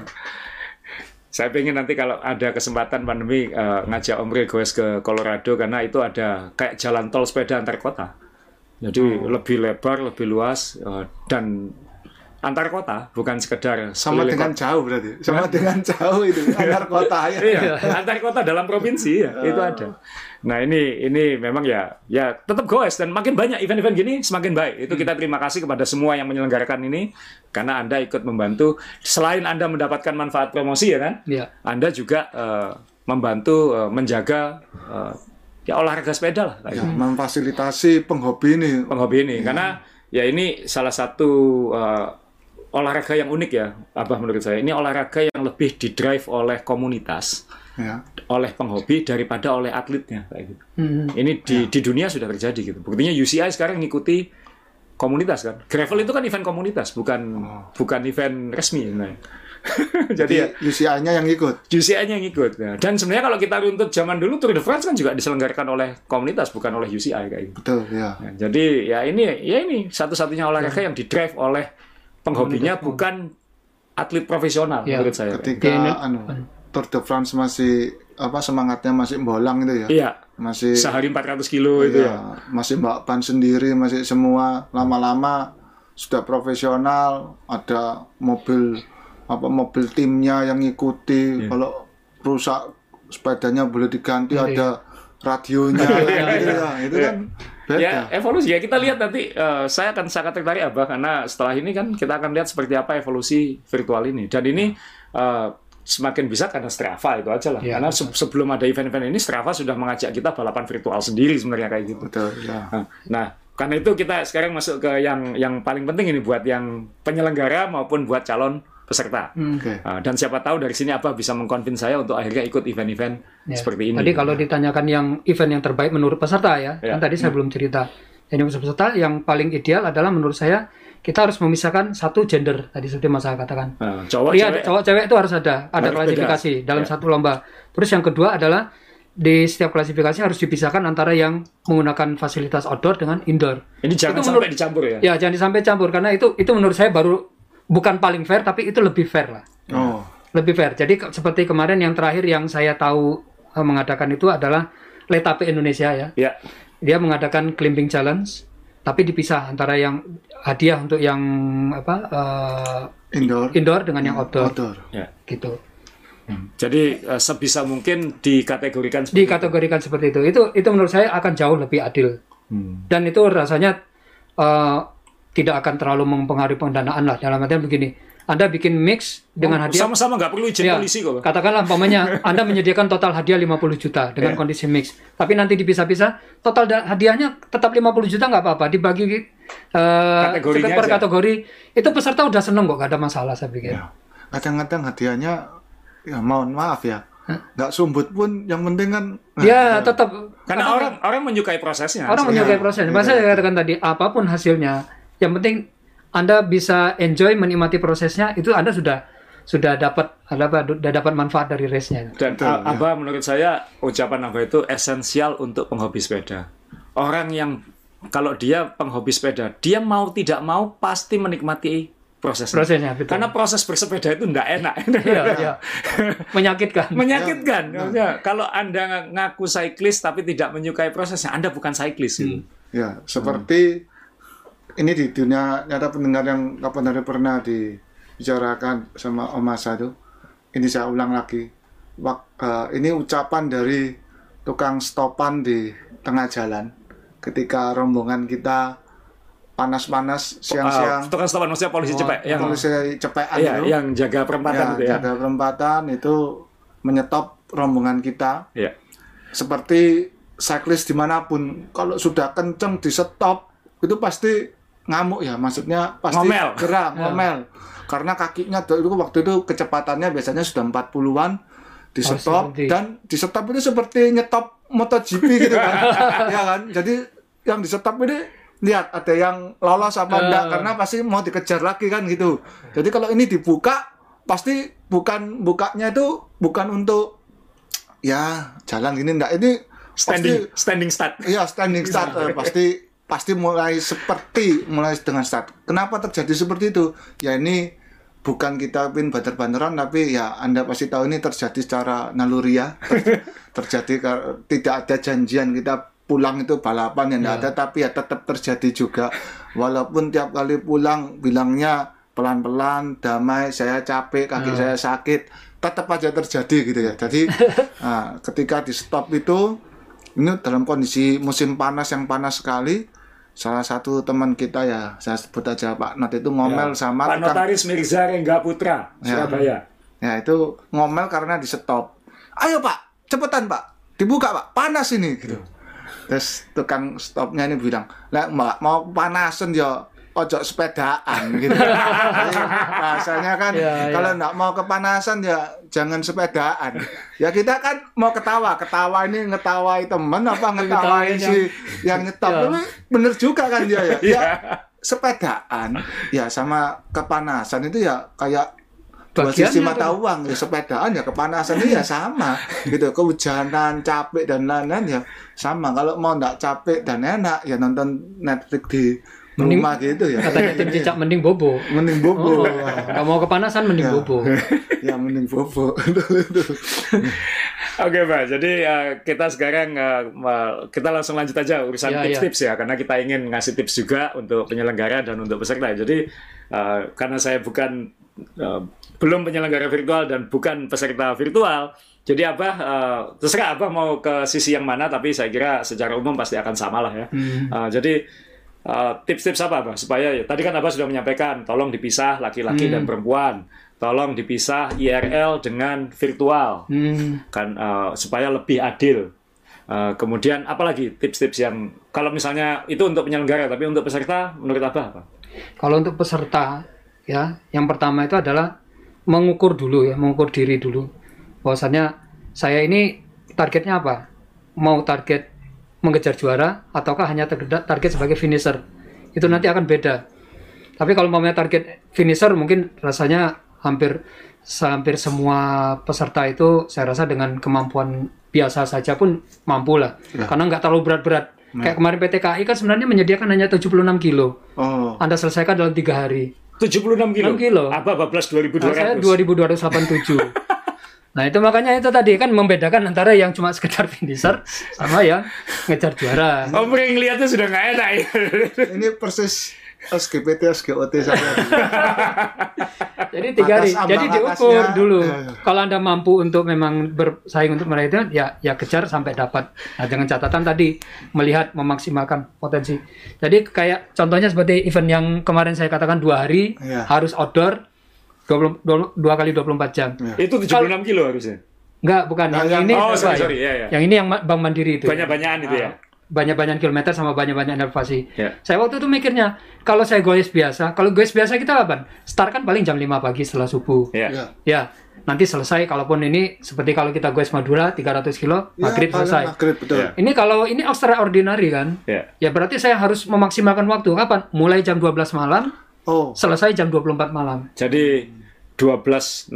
Saya pengen nanti kalau ada kesempatan pandemi ngajak Omre goes ke Colorado, karena itu ada kayak jalan tol sepeda antar kota. Jadi lebih lebar, lebih luas, dan antar kota, bukan sekedar sama dengan kota. Jauh berarti. Sama dengan jauh itu antar kota ya. Iya, antar kota dalam provinsi ya, itu ada. Nah, ini memang ya tetap goes, dan makin banyak event-event gini semakin baik. Itu kita terima kasih kepada semua yang menyelenggarakan ini karena Anda ikut membantu. Selain Anda mendapatkan manfaat promosi ya kan? Iya. Anda juga membantu menjaga ya olahraga sepeda lah. Ya, memfasilitasi penghobi ini. Karena ya ini salah satu olahraga yang unik ya, Abah, menurut saya. Ini olahraga yang lebih didrive oleh komunitas, oleh penghobi daripada oleh atletnya kayak gitu. Ini di dunia sudah terjadi gitu. Buktinya UCI sekarang ngikuti komunitas kan. Gravel itu kan event komunitas, bukan event resmi. Nah. Jadi ya UCI-nya yang ikut. UCI-nya yang ikut. Nah, dan sebenarnya kalau kita runtut zaman dulu Tour de France kan juga diselenggarakan oleh komunitas, bukan oleh UCI kayak gitu. Betul, ya. Nah, jadi ya ini satu-satunya olahraga yang didrive oleh penghobinya, bukan atlet profesional menurut saya. Ketika Tour de France masih semangatnya masih bolang itu ya. Iya. Masih sehari 400 kilo itu ya. Masih mbak ban sendiri, masih semua lama-lama sudah profesional, ada mobil timnya yang ngikuti. Kalau rusak sepedanya boleh diganti, ada radionya gitu ya. Itu kan beda. Ya, evolusi ya, kita lihat nanti. Saya akan sangat tertarik, Abah, karena setelah ini kan kita akan lihat seperti apa evolusi virtual ini. Dan ini semakin bisa karena Strava itu aja lah. Karena sebelum ada event-event ini, Strava sudah mengajak kita balapan virtual sendiri sebenarnya kayak gitu. Betul, ya. Nah, karena itu kita sekarang masuk ke yang paling penting ini buat yang penyelenggara maupun buat calon peserta. Dan siapa tahu dari sini Abah bisa mengkonvins saya untuk akhirnya ikut event-event seperti ini. Tadi kalau ditanyakan yang event yang terbaik menurut peserta ya, kan tadi saya belum cerita. Jadi peserta yang paling ideal adalah menurut saya kita harus memisahkan satu gender tadi seperti Mas katakan. Cowok cewek itu harus ada klasifikasi dalam satu lomba. Terus yang kedua adalah di setiap klasifikasi harus dipisahkan antara yang menggunakan fasilitas outdoor dengan indoor. Ini jangan sampai dicampur ya. Ya, jangan sampai campur karena itu menurut saya bukan paling fair, tapi itu lebih fair lah. Lebih fair. Jadi seperti kemarin yang terakhir yang saya tahu mengadakan itu adalah Letape Indonesia ya. Dia mengadakan climbing challenge, tapi dipisah antara yang hadiah untuk yang indoor dengan yang outdoor. Gitu. Jadi sebisa mungkin dikategorikan seperti itu. Itu menurut saya akan jauh lebih adil. Dan itu rasanya tidak akan terlalu mempengaruhi pendanaan lah. Dalam artian begini, Anda bikin mix dengan hadiah. Sama-sama nggak perlu izin polisi kok. Katakanlah umpamanya Anda menyediakan total hadiah 50 juta dengan kondisi mix. Tapi nanti dipisah-pisah, total hadiahnya tetap 50 juta nggak apa-apa. Dibagi per kategori. Itu peserta udah seneng kok, nggak ada masalah saya pikir. Kadang-kadang hadiahnya, ya mohon maaf ya, nggak sumbut pun, yang penting kan. Tetap. Karena orang menyukai prosesnya. Orang menyukai prosesnya. Masa saya katakan tadi, apapun hasilnya, yang penting Anda bisa enjoy, menikmati prosesnya, itu Anda sudah dapat manfaat dari race-nya. Dan Abah, menurut saya ucapan Abah itu esensial untuk penghobi sepeda. Orang yang kalau dia penghobi sepeda, dia mau tidak mau pasti menikmati prosesnya. Betul. Karena proses bersepeda itu tidak enak. Menyakitkan. Kalau Anda ngaku cyclist tapi tidak menyukai prosesnya, Anda bukan cyclist. Ya, seperti ini di dunia nyata pendengar yang kapan hari pernah dibicarakan sama Om Asa itu. Ini saya ulang lagi. Ini ucapan dari tukang stopan di tengah jalan ketika rombongan kita panas-panas siang-siang. Tukang stopan maksudnya polisi cepek. Polisi cepekan itu. Yang jaga perempatan itu ya. Jaga perempatan itu menyetop rombongan kita. Seperti cyclist dimanapun, kalau sudah kenceng di stop itu pasti ngamuk ya, maksudnya pasti gerak, ngomel. Karena kakinya itu waktu itu kecepatannya biasanya sudah 40-an di stop, dan di stop itu seperti nyetop MotoGP gitu kan. Ya kan? Jadi yang di stop ini lihat ada yang lolos apa enggak, karena pasti mau dikejar lagi kan gitu. Jadi kalau ini dibuka pasti bukanya itu bukan untuk ya jalan gini enggak, ini standing start. Iya, standing start. Pasti mulai dengan start. Kenapa terjadi seperti itu? Ya ini bukan kita banter-banteran, tapi ya Anda pasti tahu ini terjadi secara naluriah. Terjadi tidak ada janjian kita pulang itu balapan yang tidak ada, tapi ya tetap terjadi juga. Walaupun tiap kali pulang bilangnya pelan-pelan, damai, saya capek, kaki saya sakit, tetap aja terjadi gitu ya. Jadi ketika di stop itu, ini dalam kondisi musim panas yang panas sekali, salah satu teman kita ya, saya sebut aja Pak Not itu ngomel sama Pak Notaris Mirza Rengga Putra, Surabaya. Ya itu ngomel karena di stop. Ayo Pak, cepetan Pak, dibuka Pak, panas ini gitu. Terus tukang stopnya ini bilang, lah Mbak mau panasan ya ojo sepedaan gitu. Rasanya kan kalau nggak mau kepanasan ya jangan sepedaan. Ya kita kan mau ketawa ini ngetawai temen apa ngetawai si yang nyetop. Bener juga kan dia ya. Ya sepedaan ya sama kepanasan itu ya kayak dua sisi mata uang. Ya sepedaan ya kepanasan itu ya sama gitu. Kehujanan, capek dan lain-lain ya sama. Kalau mau nggak capek dan enak ya nonton Netflix di rumah gitu ya. Katanya tim Cicak mending bobo. Mending bobo. Nggak mau kepanasan mending bobo. Ya mending bobo. Oke Pak, jadi kita sekarang kita langsung lanjut aja urusan tips-tips ya, karena kita ingin ngasih tips juga untuk penyelenggara dan untuk peserta. Jadi karena saya belum penyelenggara virtual dan bukan peserta virtual, jadi Abah terserah Abah mau ke sisi yang mana, tapi saya kira secara umum pasti akan sama lah ya. Jadi tips-tips apa Abah supaya tadi kan Abah sudah menyampaikan tolong dipisah laki-laki dan perempuan, tolong dipisah IRL dengan virtual kan supaya lebih adil. Kemudian apalagi tips-tips yang kalau misalnya itu untuk penyelenggara, tapi untuk peserta menurut Abah apa? Kalau untuk peserta ya, yang pertama itu adalah mengukur diri dulu. Bahwasannya saya ini targetnya apa? Mau target mengejar juara ataukah hanya target sebagai finisher? Itu nanti akan beda. Tapi kalau mau target finisher mungkin rasanya hampir semua peserta itu saya rasa dengan kemampuan biasa saja pun mampu lah. Karena nggak terlalu berat-berat. Kayak kemarin PT KAI kan sebenarnya menyediakan hanya 76 kilo. Anda selesaikan dalam 3 hari. 76 kilo? 6 kilo. Apa 2200? Saya 2287. Nah itu makanya itu tadi kan membedakan antara yang cuma sekedar finisher sama yang ngejar juara. Oh, mungkin ngeliatnya sudah nggak enak ya. Ini persis SGPT, SGOT saya. Jadi 3 hari. Jadi diukur dulu. Kalau Anda mampu untuk memang bersaing untuk meraih itu, ya kejar sampai dapat. Nah dengan catatan tadi melihat memaksimalkan potensi. Jadi kayak contohnya seperti event yang kemarin saya katakan 2 hari harus outdoor. 2 kali 24 jam. Itu 76 kilo harusnya? Enggak, bukan. Yang ini sorry. Yang ini yang Bank Mandiri itu. Banyak-banyakan itu ya? Banyak-banyak kilometer sama banyak-banyak elevasi. Saya waktu itu mikirnya, kalau saya goes biasa kita kapan? Start kan paling jam 5 pagi setelah subuh. Ya, nanti selesai, kalaupun ini, seperti kalau kita goes Madura, 300 kilo, maghrib selesai. Betul. Ini kalau ini extraordinary kan? Ya berarti saya harus memaksimalkan waktu. Kapan? Mulai jam 12 malam, selesai jam 24 malam. Jadi 12.001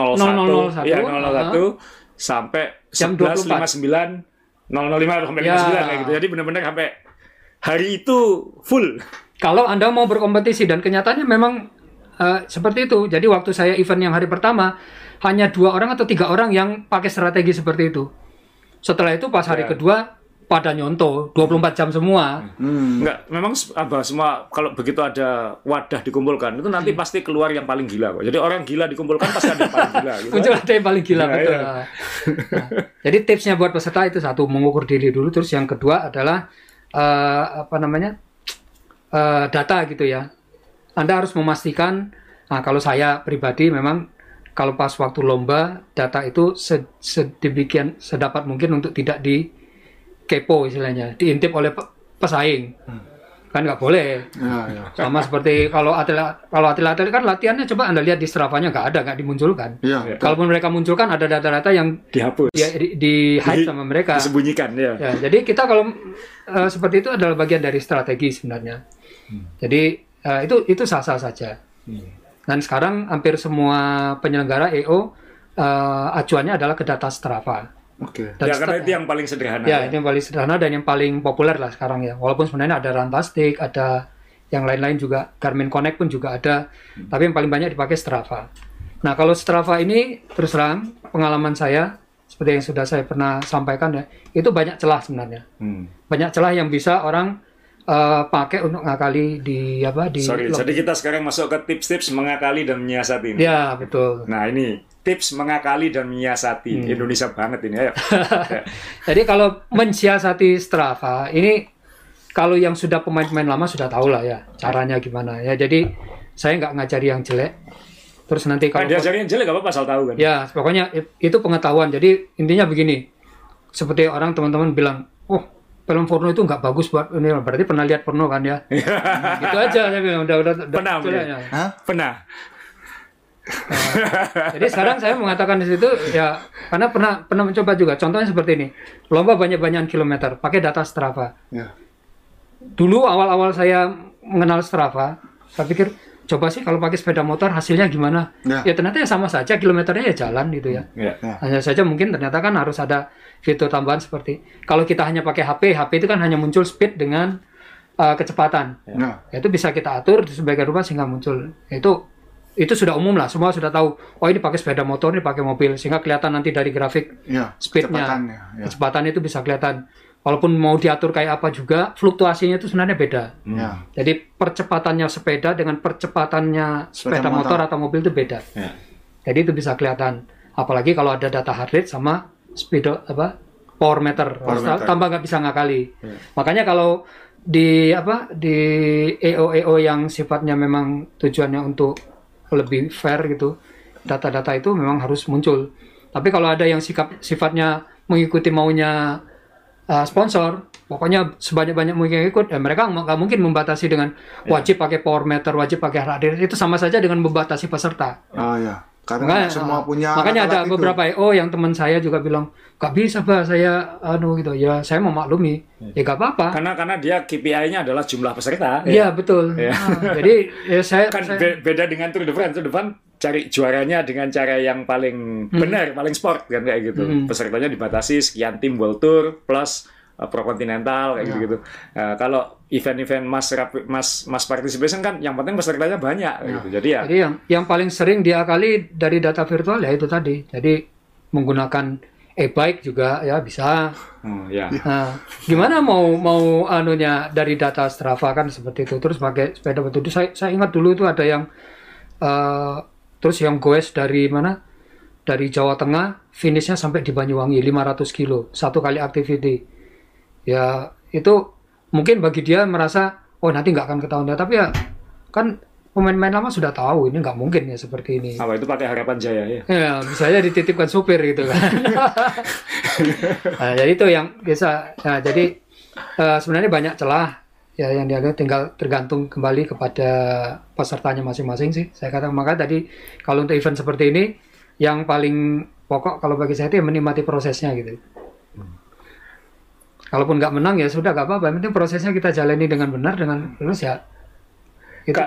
sampai 11.59 005 sampai 59 kayak gitu. Jadi benar-benar sampai hari itu full. Kalau Anda mau berkompetisi dan kenyataannya memang seperti itu. Jadi waktu saya event yang hari pertama hanya 2 orang atau 3 orang yang pakai strategi seperti itu. Setelah itu pas hari kedua pada nyontoh 24 jam semua. Enggak, memang semua kalau begitu ada wadah dikumpulkan itu nanti pasti keluar yang paling gila kok. Jadi orang gila dikumpulkan pasti ada yang paling gila gitu. Muncul ada yang paling gila, betul. Nah, jadi tipsnya buat peserta itu satu, mengukur diri dulu, terus yang kedua adalah data gitu ya. Anda harus memastikan, kalau saya pribadi memang kalau pas waktu lomba data itu sedemikian sedapat mungkin untuk tidak kepo istilahnya, diintip oleh pesaing. Kan nggak boleh. Sama seperti kalau atlet kan latihannya coba Anda lihat di Strava-nya nggak dimunculkan. Kalaupun mereka munculkan ada data-data yang dihapus, di hide sama mereka. Disembunyikan ya. Jadi kita kalau seperti itu adalah bagian dari strategi sebenarnya. Jadi itu sah-sah saja. Dan sekarang hampir semua penyelenggara EO acuannya adalah ke data Strava. Karena itu yang paling sederhana. Itu yang paling sederhana dan yang paling populer lah sekarang ya. Walaupun sebenarnya ada Runtastic, ada yang lain-lain juga, Garmin Connect pun juga ada. Tapi yang paling banyak dipakai Strava. Nah kalau Strava ini terus terang pengalaman saya seperti yang sudah saya pernah sampaikan ya, itu banyak celah sebenarnya. Banyak celah yang bisa orang pakai untuk ngakali di Sorry, jadi kita sekarang masuk ke tips-tips mengakali dan menyiasati. Ya, betul. Nah, ini tips mengakali dan menyiasati. Indonesia banget ini, ayo. Jadi kalau mensiasati Strava, ini kalau yang sudah pemain-pemain lama sudah tahu lah ya caranya gimana ya. Jadi saya nggak ngajari yang jelek. Terus nanti kalau diajari yang jelek apa asal tahu kan? Ya, pokoknya itu pengetahuan. Jadi intinya begini. Seperti orang teman-teman bilang, "Oh, film porno itu nggak bagus buat ini." Berarti pernah lihat porno kan ya? Gitu aja saya bilang. Udah pernah. Ya. Pernah. Jadi sekarang saya mengatakan di situ ya karena pernah mencoba juga. Contohnya seperti ini. Lomba banyak-banyakan kilometer pakai data Strava. Ya. Dulu awal-awal saya mengenal Strava, saya pikir coba sih kalau pakai sepeda motor hasilnya gimana? Ya ternyata ya sama saja, kilometernya ya jalan gitu ya. Hanya saja mungkin ternyata kan harus ada fitur tambahan seperti kalau kita hanya pakai HP itu kan hanya muncul speed dengan kecepatan. Itu bisa kita atur sebagai rupa sehingga muncul. Itu sudah umum lah, semua sudah tahu. Oh ini pakai sepeda motor, ini pakai mobil, sehingga kelihatan nanti dari grafik speednya, kecepatan itu bisa kelihatan. Walaupun mau diatur kayak apa juga, fluktuasinya itu sebenarnya beda. Jadi percepatannya sepeda dengan percepatannya sepeda motor atau mobil itu beda. Jadi itu bisa kelihatan. Apalagi kalau ada data heart rate sama power meter. Tambah nggak bisa ngakali. Makanya kalau di EO yang sifatnya memang tujuannya untuk lebih fair gitu, data-data itu memang harus muncul. Tapi kalau ada yang sifatnya mengikuti maunya sponsor, pokoknya sebanyak-banyak mungkin ikut, ya mereka nggak mungkin membatasi dengan wajib pakai power meter, wajib pakai heart rate. Itu sama saja dengan membatasi peserta. Oh ya, karena semua punya. Makanya ada beberapa EO yang teman saya juga bilang, nggak bisa Pak, saya gitu. Ya saya memaklumi, ya nggak apa-apa. Karena dia KPI-nya adalah jumlah peserta. Iya betul. Jadi ya saya beda dengan Tour de France. Tour de France cari juaranya dengan cara yang paling benar, paling sport kan kayak gitu. Pesertanya dibatasi sekian tim World Tour plus Pro Continental kayak gitu. Kalau event-event mass participation kan yang penting pesertanya banyak gitu. Jadi yang paling sering diakali dari data virtual ya itu tadi. Jadi menggunakan e-bike juga ya bisa. Nah, gimana mau anunya dari data Strava kan seperti itu. Terus pakai sepeda betul. Saya ingat dulu itu ada yang terus yang goes dari mana? Dari Jawa Tengah, finishnya sampai di Banyuwangi 500 kilo, satu kali activity. Ya, itu mungkin bagi dia merasa, oh nanti nggak akan ketahuan. Tapi ya, kan pemain-pemain lama sudah tahu, ini nggak mungkin ya seperti ini. Apa itu pakai Harapan Jaya ya? Ya, bisa aja dititipkan supir gitu kan. Nah, jadi itu yang bisa. Nah, jadi sebenarnya banyak celah. Ya yang dia tinggal tergantung kembali kepada pesertanya masing-masing sih. Saya katakan maka tadi kalau untuk event seperti ini yang paling pokok kalau bagi saya itu menikmati prosesnya gitu. Kalaupun nggak menang ya sudah nggak apa-apa. Yang penting prosesnya kita jalani dengan benar dengan lurus ya. Itu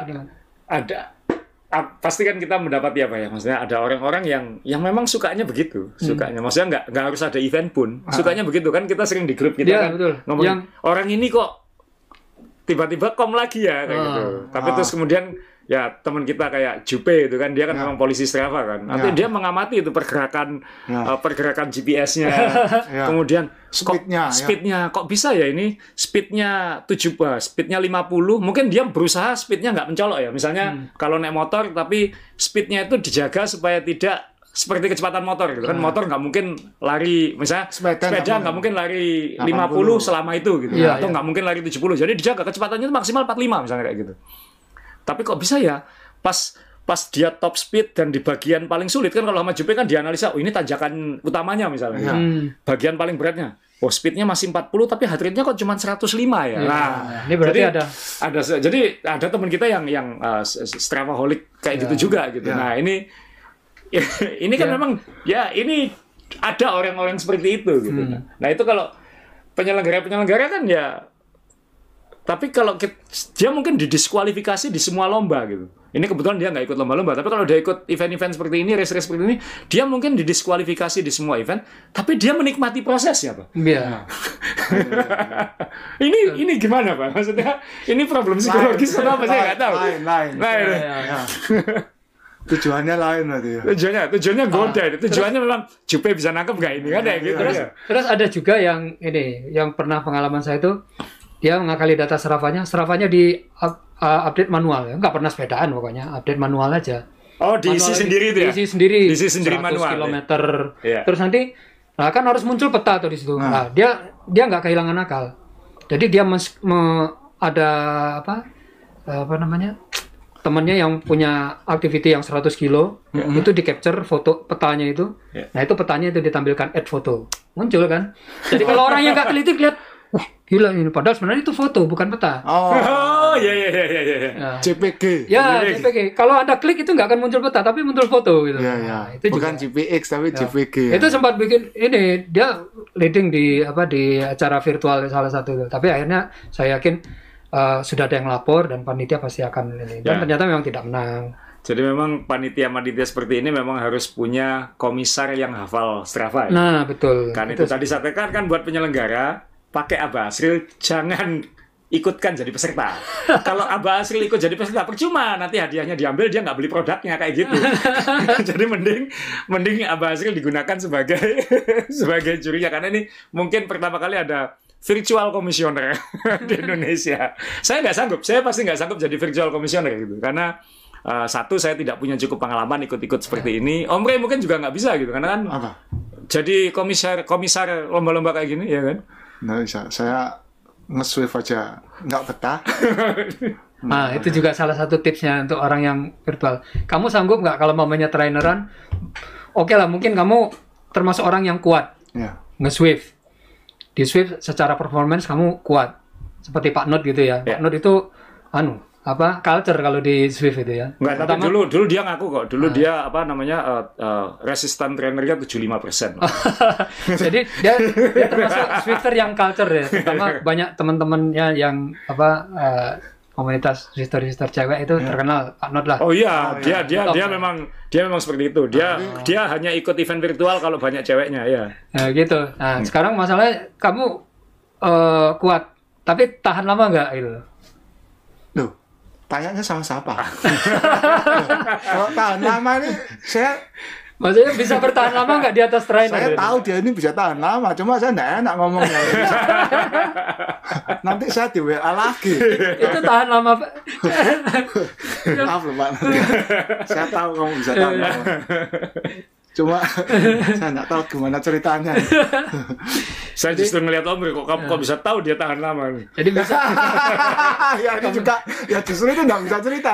pasti kan kita mendapati apa ya, maksudnya ada orang-orang yang memang sukanya begitu, sukanya. Maksudnya nggak harus ada event pun, sukanya begitu kan. Kita sering di grup kita kan ngomong orang ini kok tiba-tiba kom lagi ya kayak gitu. Tapi terus kemudian ya teman kita kayak Jupe itu kan dia kan memang polisi Strava kan. Nanti dia mengamati itu pergerakan GPS-nya. Kemudian speednya kok bisa ya ini speednya 50, mungkin dia berusaha speednya nggak mencolok ya. Misalnya kalau naik motor tapi speednya itu dijaga supaya tidak seperti kecepatan motor gitu kan. Motor nggak mungkin lari, misalnya sepeda nggak mungkin lari 50 selama itu gitu atau nggak mungkin lari 70, jadi dijaga kecepatannya itu maksimal 45 misalnya kayak gitu. Tapi kok bisa ya pas dia top speed dan di bagian paling sulit kan, kalau sama Jupe kan dianalisa, oh ini tanjakan utamanya misalnya bagian paling beratnya, oh speednya masih 40 tapi heart rate-nya kok cuma 105 ya. Nah, ini berarti jadi ada teman kita yang Stravaholic kayak gitu juga gitu. Nah, ini kan memang ya ini ada orang-orang seperti itu gitu. Nah itu kalau penyelenggara kan ya, tapi kalau dia mungkin didiskualifikasi di semua lomba gitu. Ini kebetulan dia nggak ikut lomba-lomba, tapi kalau dia ikut event-event seperti ini, race-race seperti ini, dia mungkin didiskualifikasi di semua event, tapi dia menikmati prosesnya, Pak. Iya. ini gimana, Pak? Maksudnya ini problem psikologis atau apa, saya nggak tahu. Lain. Tujuannya lain berarti ya. Tujuannya goda. Tujuannya memang Jupe bisa nangkep nggak ini kan kayak gitu. Terus ada juga yang pernah pengalaman saya itu dia mengakali data Strava-nya di update manual ya. Nggak pernah sepedaan pokoknya, update manual aja. Oh, diisi sendiri itu ya? Diisi sendiri. Diisi sendiri 100 manual. kilometer. Ya? Terus nanti kan harus muncul peta tuh di situ. Nah, dia nggak kehilangan akal. Jadi dia ada apa namanya? Temannya yang punya activity yang 100 kilo, itu di capture foto petanya itu. Nah, itu petanya itu ditampilkan add foto. Muncul kan? Jadi kalau orang yang nggak teliti lihat, wah gila ini, padahal sebenarnya itu foto bukan peta. Oh iya. JPG. Ya, JPG. Kalau Anda klik itu nggak akan muncul peta, tapi muncul foto gitu. Iya. Nah, itu bukan juga. JPX tapi JPG. Itu sempat bikin ini, dia leading di acara virtual salah satu itu. Tapi akhirnya saya yakin sudah ada yang lapor dan panitia pasti akan ini. Dan ternyata memang tidak menang. Jadi memang panitia seperti ini memang harus punya komisar yang hafal Strava. Ya? Nah, betul. Kan itu tadi saya tekan kan buat penyelenggara pakai Abah Asril jangan ikutkan jadi peserta. Kalau Abah Asril ikut jadi peserta percuma, nanti hadiahnya diambil dia nggak beli produknya kayak gitu. Jadi mending Abah Asril digunakan sebagai jurinya karena ini mungkin pertama kali ada virtual komisioner di Indonesia. Saya pasti nggak sanggup jadi virtual komisioner gitu karena satu saya tidak punya cukup pengalaman ikut-ikut seperti ini. Om Rey mungkin juga nggak bisa gitu karena kan jadi komisar lomba-lomba kayak gini ya kan. Nggak bisa, saya nge-swift aja nggak betah. Nah, itu juga salah satu tipsnya untuk orang yang virtual. Kamu sanggup nggak kalau mamanya traineran? Oke lah, mungkin kamu termasuk orang yang kuat nge-swift. Di Swift secara performance kamu kuat seperti Pak Not gitu ya. Pak Not itu culture kalau di Swift itu ya. Enggak, tapi dulu dia ngaku kok. Dulu dia resistant trainernya 75%. Jadi dia termasuk Swifter yang culture ya. Terutama banyak teman-temannya yang komunitas Swifter cewek itu terkenal Pak Not lah. Oh iya, dia memang seperti itu. Dia hanya ikut event virtual kalau banyak ceweknya ya. Nah, gitu. Nah, sekarang masalahnya kamu kuat, tapi tahan lama nggak gitu? Loh, tanyanya sama siapa? Kalau tahan lama nih, maksudnya bisa bertahan lama nggak di atas trainer? Saya tahu dia ini bisa tahan lama, cuma saya nggak enak ngomongnya. Nanti saya di WA lagi. Itu tahan lama, Pak. Maaf loh, Pak. Saya tahu kamu bisa tahan lama. Cuma saya nggak tahu gimana ceritanya. Saya justru ngeliat Om Rey, kok bisa tahu dia tahan lama. Jadi bisa. Ya ini juga, ya justru itu nggak bisa cerita.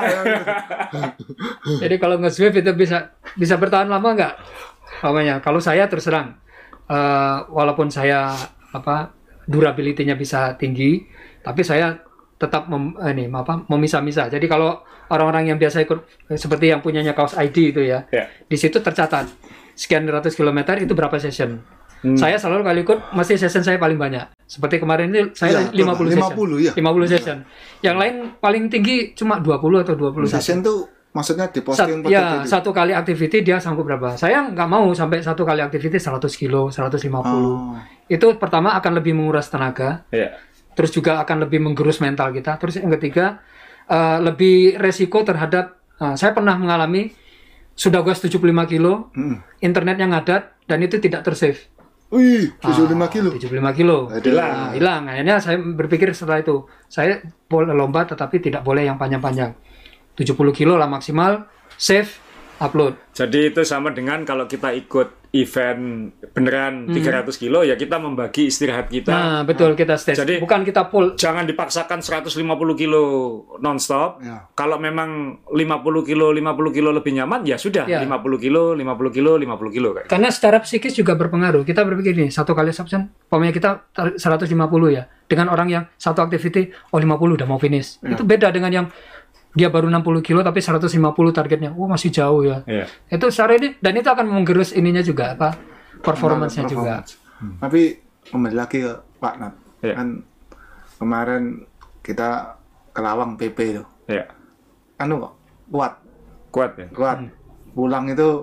Jadi kalau nge-Swift itu bisa bertahan lama nggak? Namanya, kalau saya terus terang, walaupun saya durability-nya bisa tinggi, tapi saya tetap memisah-misah. Jadi kalau orang-orang yang biasa ikut seperti yang punyanya kaos ID itu ya, di situ tercatat sekian ratus kilometer itu berapa session. Saya selalu kali ikut mesti session saya paling banyak. Seperti kemarin ini saya 50 session. Yang lain paling tinggi cuma 20 atau 21. Session tuh maksudnya di posting satu kali activity dia sanggup berapa? Saya nggak mau sampai satu kali activity 100 kilo, 150. Itu pertama akan lebih menguras tenaga. Terus juga akan lebih menggerus mental kita. Terus yang ketiga, lebih resiko terhadap, saya pernah mengalami, sudah gas 75 kilo, internetnya ngadat, dan itu tidak tersave. Wih, 75 kilo? 75 kilo. Hilang. Akhirnya saya berpikir setelah itu, saya boleh lomba tetapi tidak boleh yang panjang-panjang. 70 kilo lah maksimal, save, upload. Jadi itu sama dengan kalau kita ikut event beneran 300 kilo ya kita membagi istirahat kita. Nah, betul, kita stage. Jadi bukan kita full. Jangan dipaksakan 150 kilo non-stop. Kalau memang 50 kilo lebih nyaman ya sudah 50 kilo kayak. Karena secara psikis juga berpengaruh. Kita berpikir nih, satu kali subscription, pokoknya kita 150 ya. Dengan orang yang satu activity 50 udah mau finish. Itu beda dengan yang dia baru 60 kilo tapi 150 targetnya. Masih jauh ya. Itu secara ini, dan itu akan menggerus ininya juga, performance-nya juga. Tapi kembali lagi ke Pak Nat. Kan kemarin kita ke Lawang PP itu. Kok kuat ya. Pulang itu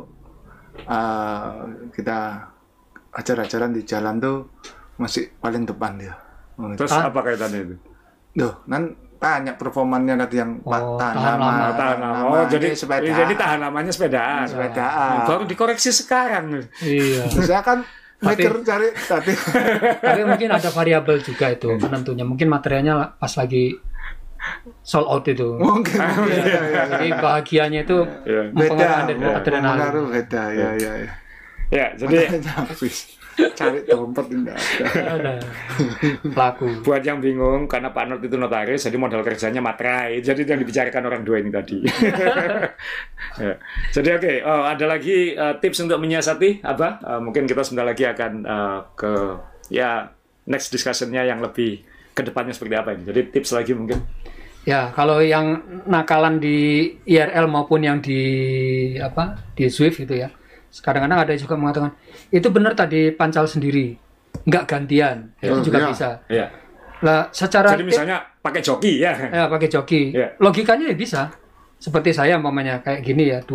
kita ajar-ajaran di jalan tuh masih paling depan dia. Terus apa kaitannya itu? Kan tanya performanya tadi yang tahan lama. Jadi tahan lamanya sepedaan. Sepedaan. Baru dikoreksi sekarang. Iya. Saya kan Maker cari tadi. Tapi mungkin ada variabel juga itu penentunya. Mungkin materialnya pas lagi sold out itu. Mungkin. Jadi bahagianya itu mempengaruhi adrenalin. Mempengaruhi beda. Ya, jadi cari dompet enggak ada. Pelaku. Buat yang bingung, karena Pak Not itu notaris, jadi modal kerjanya materai. Jadi yang dibicarakan orang dua ini tadi. Ya. Jadi oke, ada lagi tips untuk menyiasati apa? Mungkin kita sebentar lagi akan ke next discussion-nya yang lebih kedepannya seperti apa ini. Jadi tips lagi mungkin. Ya, kalau yang nakalan di IRL maupun yang di Zwift gitu ya. Kadang-kadang ada juga mengatakan itu benar tadi pancal sendiri, nggak gantian, itu juga bisa. Iya. Lah, secara jadi misalnya pakai joki ya. Ya, pakai joki. Ya. Logikanya ya bisa. Seperti saya umpamanya kayak gini ya,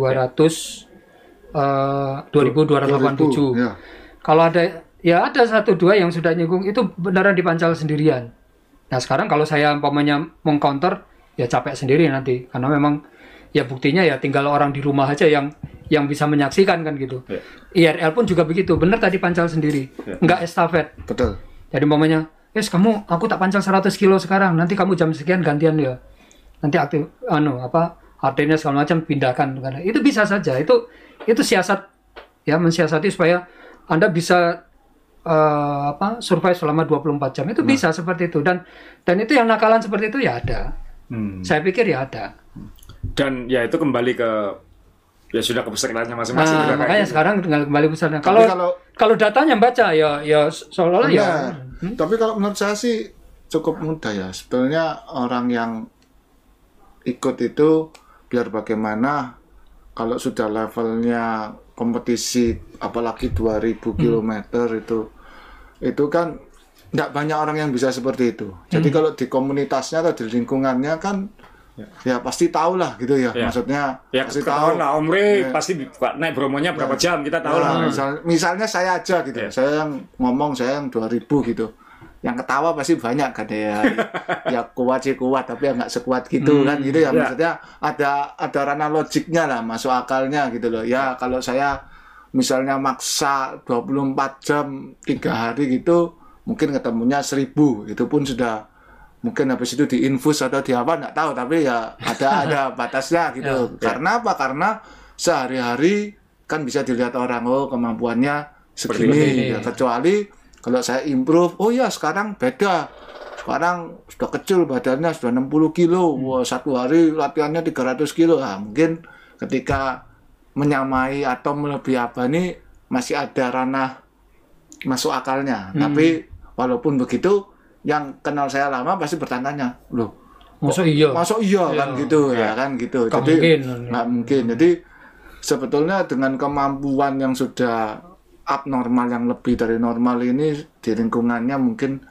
2287. Ya. Kalau ada 1-2 yang sudah nyinggung itu beneran dipancal sendirian. Nah, sekarang kalau saya umpamanya mengcounter ya capek sendiri nanti karena memang ya buktinya ya tinggal orang di rumah aja yang bisa menyaksikan kan gitu. IRL pun juga begitu, bener tadi pancal sendiri, nggak estafet. Betul. Jadi umpamanya, aku tak pancal 100 kilo sekarang, nanti kamu jam sekian gantian ya. Nanti aktif, artinya segala macam pindahkan. Itu bisa saja, itu siasat ya, mensiasati supaya Anda bisa survive selama 24 jam. Itu bisa seperti itu dan itu yang nakalan seperti itu ya ada. Saya pikir ya ada. Dan ya itu kembali ke ya sudah ke pesertanya masing-masing. Nah, makanya sekarang tinggal kembali peserta. Kalau datanya baca ya seolah-olah ya. Tapi kalau menurut saya sih cukup mudah ya. Sebenarnya orang yang ikut itu biar bagaimana kalau sudah levelnya kompetisi apalagi 2000 km itu kan nggak banyak orang yang bisa seperti itu. Jadi kalau di komunitasnya atau di lingkungannya kan ya pasti tahu lah gitu ya. Maksudnya ya pasti tahu lah Omri pasti naik Bromonya berapa jam kita tahu lah. Misalnya saya aja gitu. Saya yang ngomong saya yang 2000 gitu. Yang ketawa pasti banyak kan ya. Ya kuat sih kuat tapi nggak sekuat gitu kan gitu ya. Maksudnya ada ranah logiknya lah, masuk akalnya gitu loh. Ya kalau saya misalnya maksa 24 jam 3 hari gitu mungkin ketemunya 1000 itu pun sudah mungkin habis itu diinfus atau di apa nggak tahu tapi ya ada batasnya gitu. Karena apa? Karena sehari-hari kan bisa dilihat orang kemampuannya segini ya. Kecuali kalau saya improve, sekarang beda. Sekarang sudah kecil badannya sudah 60 kilo. Satu hari latihannya 300 kilo. Nah, mungkin ketika menyamai atau melebihi apa ini masih ada ranah masuk akalnya. Tapi walaupun begitu yang kenal saya lama pasti bertanya, loh, masuk iya kan gitu ya kan gitu. Jadi nggak mungkin. Jadi sebetulnya dengan kemampuan yang sudah abnormal yang lebih dari normal ini di lingkungannya mungkin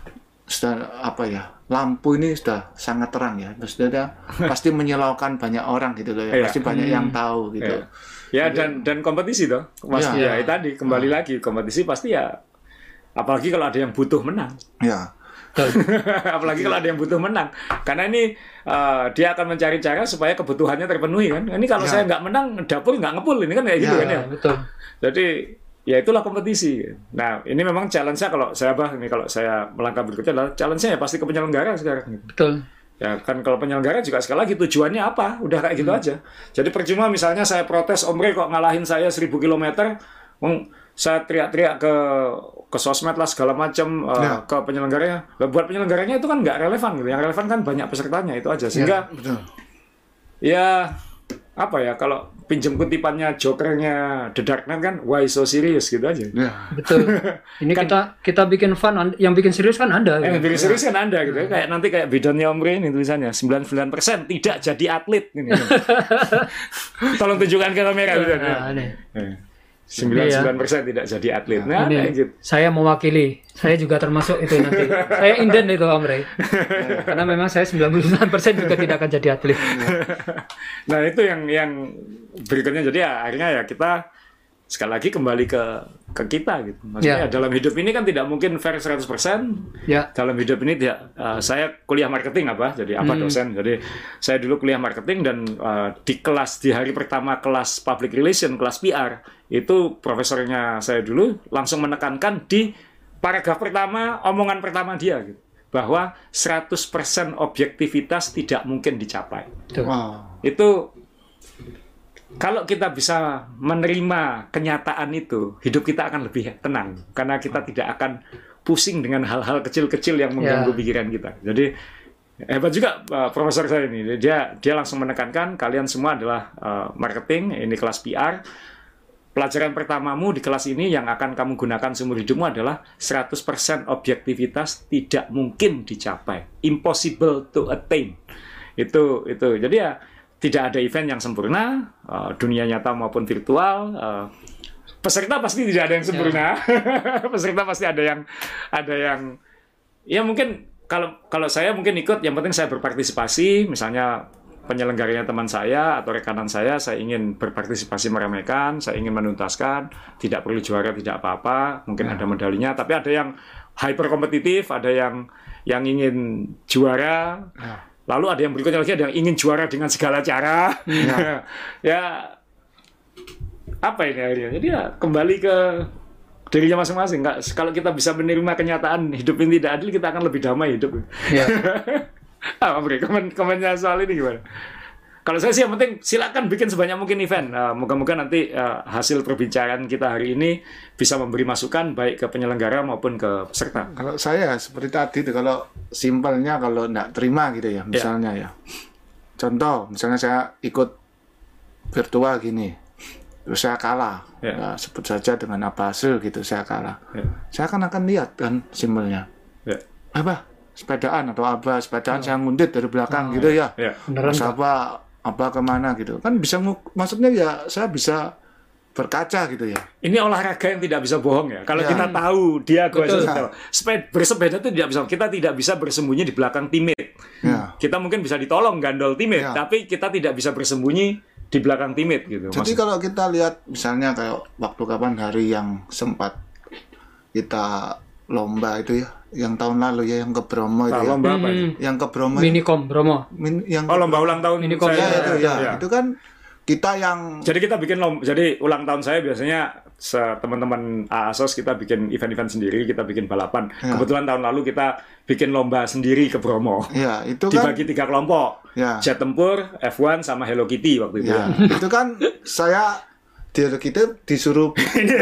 sudah lampu ini sudah sangat terang ya. Maksudnya pasti menyilaukan banyak orang gitu loh ya. Pasti banyak yang tahu gitu. Ya dan kompetisi toh. Pasti tadi kembali lagi kompetisi pasti ya. Apalagi kalau ada yang butuh menang. Ya. Apalagi kalau ada yang butuh menang, karena ini dia akan mencari cara supaya kebutuhannya terpenuhi kan. Ini kalau saya nggak menang, dapur nggak ngepul ini kan kayak gitu kan ya. Betul. Jadi ya itulah kompetisi. Nah ini memang challenge-nya kalau saya kalau saya melangkah berikutnya adalah challenge-nya ya pasti ke penyelenggara sekarang. Betul. Ya kan kalau penyelenggara juga sekali lagi tujuannya apa? Udah kayak gitu aja. Jadi percuma misalnya saya protes Omri kok ngalahin saya 1000 km, saya teriak-teriak ke sosmed lah segala macam ke penyelenggaranya. Buat penyelenggaranya itu kan nggak relevan gitu. Yang relevan kan banyak pesertanya itu aja. Sehingga kalau pinjam kutipannya Jokernya The Dark Knight kan why so serious gitu aja. Betul. Ini kan, kita bikin fun, yang bikin serius kan Anda. Yang bikin serius kan Anda gitu. Kayak nanti kayak bidonnya Omri ini tulisannya 99% tidak jadi atlet ini. Tolong tunjukkan ke kamera gitu. 99% tidak jadi atlet. Nah, gitu. Saya mewakili. Saya juga termasuk itu nanti. Saya inden itu Om Ray. Karena memang saya 99% juga tidak akan jadi atlet. Nah, itu yang berikutnya. Jadi ya akhirnya ya kita sekali lagi kembali ke ke kita gitu. Maksudnya dalam hidup ini kan tidak mungkin fair 100%. Dalam hidup ini tidak. Saya kuliah marketing jadi dosen. Jadi saya dulu kuliah marketing dan di hari pertama kelas public relation, kelas PR, itu profesornya saya dulu langsung menekankan di paragraf pertama, omongan pertama dia gitu, bahwa 100% objektivitas tidak mungkin dicapai. Itu kalau kita bisa menerima kenyataan itu, hidup kita akan lebih tenang. Karena kita tidak akan pusing dengan hal-hal kecil-kecil yang mengganggu pikiran kita. Jadi, hebat juga profesor saya ini. Dia langsung menekankan, kalian semua adalah marketing, ini kelas PR. Pelajaran pertamamu di kelas ini yang akan kamu gunakan seumur hidupmu adalah 100% objektivitas tidak mungkin dicapai. Impossible to attain. Itu. Jadi ya, tidak ada event yang sempurna, dunia nyata maupun virtual. Peserta pasti tidak ada yang sempurna. Peserta pasti ada yang ya mungkin kalau saya mungkin ikut, yang penting saya berpartisipasi. Misalnya penyelenggaranya teman saya atau rekanan saya ingin berpartisipasi meramaikan, saya ingin menuntaskan, tidak perlu juara, tidak apa-apa, mungkin ada medalinya, tapi ada yang hyper kompetitif, ada yang ingin juara. Lalu ada yang berikutnya lagi, ada yang ingin juara dengan segala cara. Ya, apa ini akhirnya? Jadi ya kembali ke dirinya masing-masing. Kalau kita bisa menerima kenyataan hidup ini tidak adil, kita akan lebih damai hidup. Apa Bre? Komennya soal ini gimana? Kalau saya sih yang penting silakan bikin sebanyak mungkin event. Moga-moga nanti hasil perbincangan kita hari ini bisa memberi masukan baik ke penyelenggara maupun ke peserta. Kalau saya seperti tadi tuh, kalau simpelnya kalau nggak terima gitu ya, misalnya ya. Contoh, misalnya saya ikut virtual gini, terus saya kalah. Sebut saja dengan apa hasil gitu, saya kalah. Saya akan lihat kan simpelnya. Apa? Sepedaan atau apa? Sepedaan saya ngundit dari belakang gitu ya. Terus apa kemana gitu kan, bisa maksudnya ya saya bisa berkaca gitu ya. Ini olahraga yang tidak bisa bohong ya. Kalau kita tahu dia bersepeda itu tidak bisa, kita tidak bisa bersembunyi di belakang teammate. Kita mungkin bisa ditolong gandol teammate, tapi kita tidak bisa bersembunyi di belakang teammate gitu. Jadi kalau kita lihat misalnya kayak waktu kapan hari yang sempat kita lomba itu ya, yang tahun lalu ya, yang ke Bromo itu ya. Lomba apa? Yang ke Bromo. Minicom Bromo. Lomba ulang tahun Minicom saya. Itu kan kita yang. Jadi kita bikin jadi ulang tahun saya biasanya teman-teman ASOS kita bikin event-event sendiri, kita bikin balapan. Kebetulan tahun lalu kita bikin lomba sendiri ke Bromo. Itu dibagi kan 3 kelompok. Jet tempur, F1 sama Hello Kitty waktu itu. Itu kan saya di Hello Kitty disuruh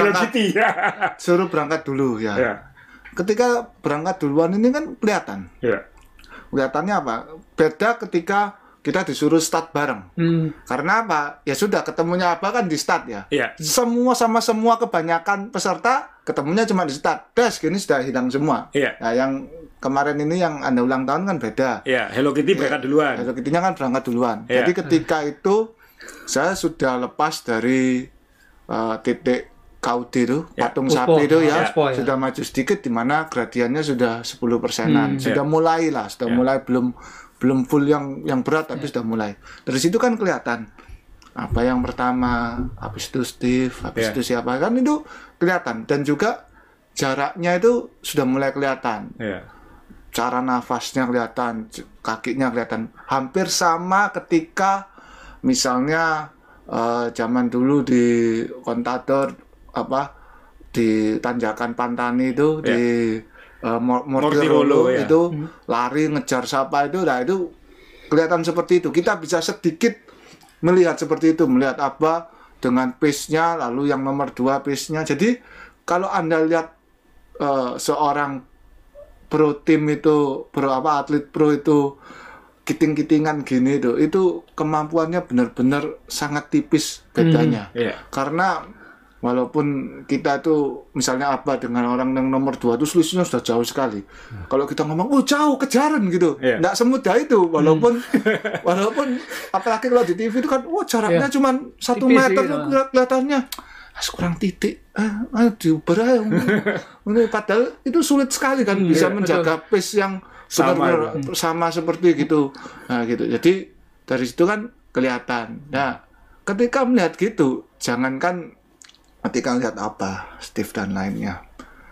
suruh berangkat dulu ya. Ketika berangkat duluan ini kan kelihatan. Kelihatannya apa? Beda ketika kita disuruh start bareng. Karena apa? Ya sudah, ketemunya apa kan di start ya. Semua kebanyakan peserta ketemunya cuma di start. Gini sudah hilang semua. Nah, yang kemarin ini yang Anda ulang tahun kan beda. Hello Kitty berangkat duluan. Hello Kitty-nya kan berangkat duluan. Jadi ketika itu saya sudah lepas dari titik Kaudi itu, patung sapi itu sudah maju sedikit, di mana gradiennya sudah 10%-an. Sudah mulai lah, mulai belum full yang berat, tapi sudah mulai. Dari situ kan kelihatan apa yang pertama, habis itu Steve, habis itu siapa, kan itu kelihatan. Dan juga jaraknya itu sudah mulai kelihatan. Cara nafasnya kelihatan, kakinya kelihatan. Hampir sama ketika misalnya zaman dulu di Contador, di tanjakan Pantani itu, di Mortirolo itu lari ngejar siapa itu, nah itu kelihatan seperti itu. Kita bisa sedikit melihat seperti itu, melihat apa dengan pace-nya, lalu yang nomor 2 pace-nya. Jadi kalau Anda lihat seorang pro tim itu, atlet pro itu kiting-kitingan gini itu kemampuannya benar-benar sangat tipis bedanya. Karena walaupun kita itu misalnya dengan orang yang nomor 2 itu selisihnya sudah jauh sekali. Kalau kita ngomong, jauh, kejaran gitu. Nggak semudah itu. Walaupun apalagi kalau di TV itu kan, jaraknya cuma 1 meter kelihatannya. Kurang titik. Diuber aja. Padahal itu sulit sekali kan, bisa menjaga pace yang benar-benar sama seperti gitu. Nah gitu. Jadi dari situ kan kelihatan. Nah ketika melihat gitu, jangankan nanti kan lihat apa Steve dan lainnya.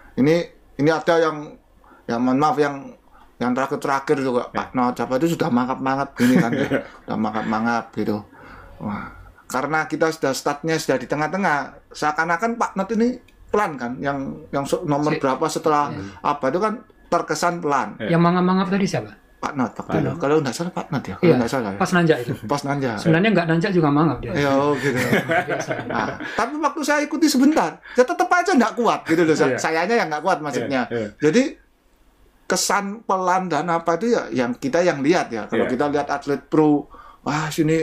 Ini ada yang mohon maaf yang terakhir juga Pak Not apa itu sudah mangap-mangap gini kan ya. Sudah mangap-mangap gitu. Wah, karena kita sudah startnya sudah di tengah-tengah, seakan-akan Pak Not ini pelan kan, yang nomor berapa setelah apa itu kan terkesan pelan. Yang mangap-mangap tadi siapa? Pak Not waktu itu. Kalau nggak salah Pak Not ya, kalau nggak salah ya. Pas nanjak itu. Pas nanjak. Sebenarnya nggak nanjak juga mangap dia. Ya, gitu. Nah, tapi waktu saya ikuti sebentar, saya tetap aja nggak kuat gitu loh. Sayanya yang nggak kuat maksudnya. Jadi kesan pelan dan apa itu ya yang kita yang lihat ya. Kalau kita lihat atlet pro, wah sini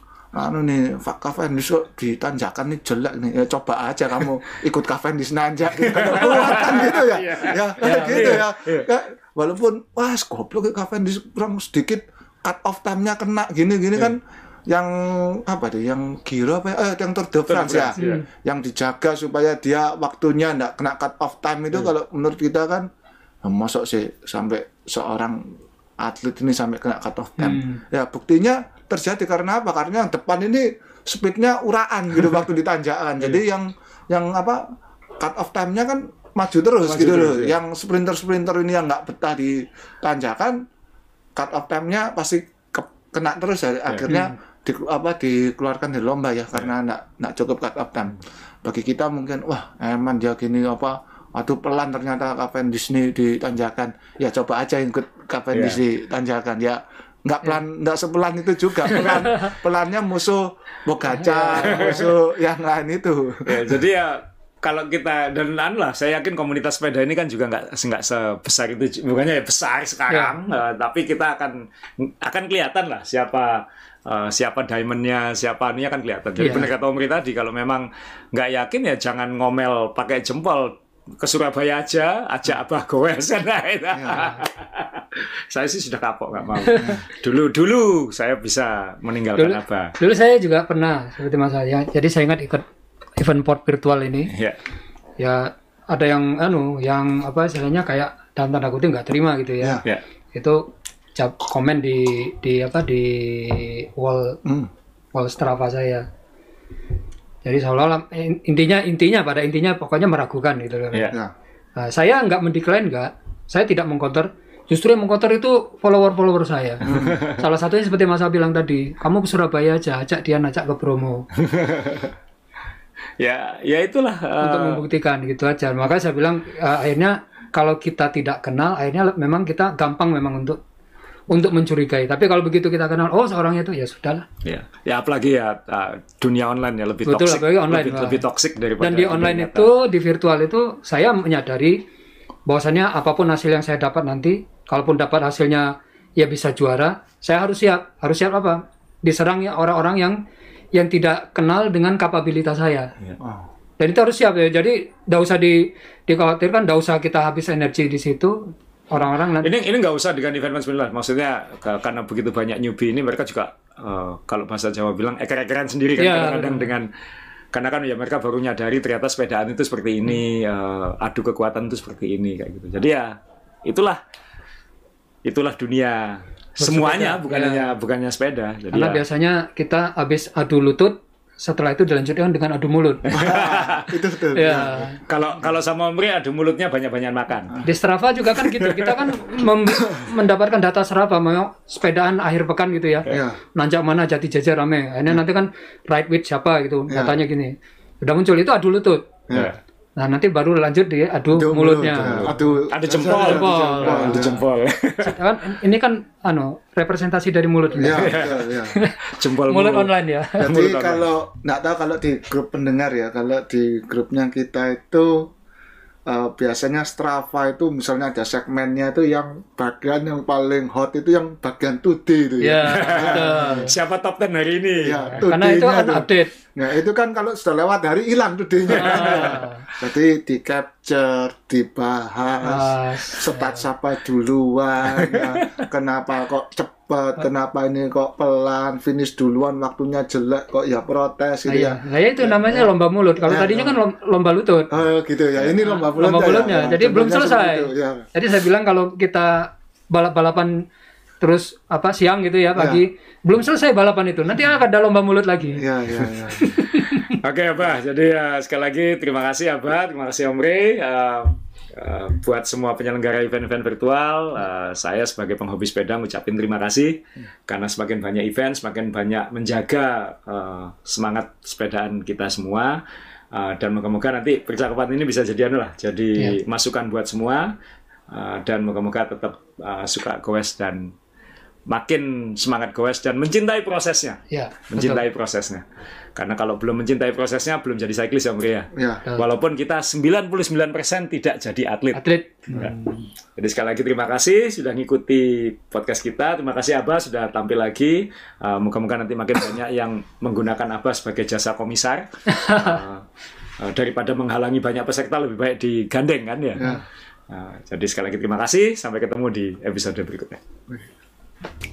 nih Cavendish kok di tanjakan nih jelek nih. Ya coba aja kamu ikut Cavendish nanjak gitu. Kan gitu ya. Gitu ya. Walaupun wah goblok Cavendish kurang sedikit cut off time-nya kena gini kan yang apa tuh yang Giro apa yang Tour de France ya. Yang dijaga supaya dia waktunya enggak kena cut off time itu kalau menurut kita kan masuk sih sampai seorang atlet ini sampai kena cut off time. Ya buktinya terjadi karena apa? Karena yang depan ini speednya uraan gitu waktu di tanjakan. Jadi yang apa cut off time-nya kan maju terus gitu loh. Ya. Yang sprinter ini yang nggak betah di tanjakan, cut off time-nya pasti kena terus ya. Akhirnya dikeluarkan dari lomba ya karena nggak cukup cut off time. Bagi kita mungkin wah emang dia gini apa? Aduh pelan ternyata Cavendish ini di tanjakan. Ya coba aja ikut Cavendish di tanjakan ya. Nggak pelan, nggak sepelan itu juga. Pelannya musuh Pogacar, musuh yang lain itu. Ya, jadi ya kalau kita dan lah, saya yakin komunitas sepeda ini kan juga nggak sebesar itu, bukannya ya besar sekarang, tapi kita akan kelihatan lah siapa diamondnya, siapa ini akan kelihatan. Jadi benar kata Om Ri tadi, kalau memang nggak yakin ya jangan ngomel pakai jempol. Ke Surabaya aja, ajak Abah goes. Saya sih sudah kapok, nggak mau. Dulu saya bisa meninggalkan Abah. Dulu saya juga pernah seperti Mas ya. Jadi saya ingat ikut event port virtual ini. Ya ada yang yang apa istilahnya kayak dalam tanda kutip nggak terima gitu ya. Itu komen di wall Strava saya. Jadi seolah-olah intinya pokoknya meragukan gitu loh. Nah, saya nggak mendekline saya tidak mengcounter. Justru yang mengcounter itu follower saya. Salah satunya seperti Mas bilang tadi, kamu ke Surabaya aja, ajak ke Bromo. ya itulah untuk membuktikan gitu aja. Maka saya bilang akhirnya kalau kita tidak kenal, akhirnya memang kita gampang memang untuk mencurigai. Tapi kalau begitu kita kenal, seorang itu ya sudahlah. Ya apalagi ya dunia online ya lebih toksik. Lebih toksik daripada. Dan di online itu, di virtual itu, saya menyadari bahwasannya apapun hasil yang saya dapat nanti, kalaupun dapat hasilnya ya bisa juara, saya harus siap. Harus siap apa? Diserang ya orang-orang yang tidak kenal dengan kapabilitas saya. Dan itu harus siap ya. Jadi enggak usah dikhawatirkan, enggak usah kita habis energi di situ. Orang-orang nanti. Ini nggak usah dengan event bismillah. Maksudnya karena begitu banyak newbie ini mereka juga kalau bahasa Jawa bilang eker-ekeran sendiri kan kadang-kadang dengan karena kan ya mereka baru nyadari ternyata sepedaan itu seperti ini, adu kekuatan itu seperti ini kayak gitu. Jadi ya itulah dunia semuanya bukannya sepeda. Jadi karena biasanya kita habis adu lutut, setelah itu dilanjutkan dengan adu mulut. Itu betul. Kalau sama Om Ri adu mulutnya banyak-banyak makan. Di Strava juga kan gitu. Kita kan mendapatkan data Strava mau sepedaan akhir pekan gitu ya. Nanjak mana Jati Jajar rame. Ini nanti kan ride with siapa gitu. Datanya gini. Udah muncul itu adu lutut. Nah nanti baru lanjut di adu mulutnya. Adu jempol. Ini kan representasi dari mulut. Jempol mulut online ya. Jadi kalau nggak tahu kalau di grup pendengar ya, kalau di grupnya kita itu biasanya Strava itu misalnya ada segmennya itu yang bagian yang paling hot itu yang bagian 2D itu ya. Siapa top 10 hari ini? Karena itu kan update. Nah itu kan kalau sudah lewat hari hilang 2D-nya. Jadi di capture, dibahas, start siapa duluan, kenapa kok cepat, kenapa ini kok pelan, finish duluan, waktunya jelek, kok ya protes gitu ya. Nah itu namanya lomba mulut. Kalau tadinya kan lomba lutut. Gitu ya. Ini lomba mulutnya. Jadi belum selesai. Jadi saya bilang kalau kita balapan terus siang gitu ya pagi, belum selesai balapan itu. Nanti akan ada lomba mulut lagi. Oke, Abah. Jadi sekali lagi terima kasih Abah, terima kasih Om Rey. Buat semua penyelenggara event-event virtual, saya sebagai penghobi sepeda ngucapin terima kasih karena semakin banyak event, semakin banyak menjaga semangat sepedaan kita semua, dan moga-moga nanti percakapan ini bisa jadi jadi masukan buat semua, dan moga-moga tetap suka goes dan makin semangat goes dan mencintai prosesnya, mencintai prosesnya. Karena kalau belum mencintai prosesnya, belum jadi cyclist ya, Om Rey. Walaupun kita 99% tidak jadi atlet. Ya. Jadi sekali lagi terima kasih sudah ngikuti podcast kita. Terima kasih Abah sudah tampil lagi. Moga-moga nanti makin banyak yang menggunakan Abah sebagai jasa komisar. Daripada menghalangi banyak peserta, lebih baik digandeng kan ya. Jadi sekali lagi terima kasih. Sampai ketemu di episode berikutnya.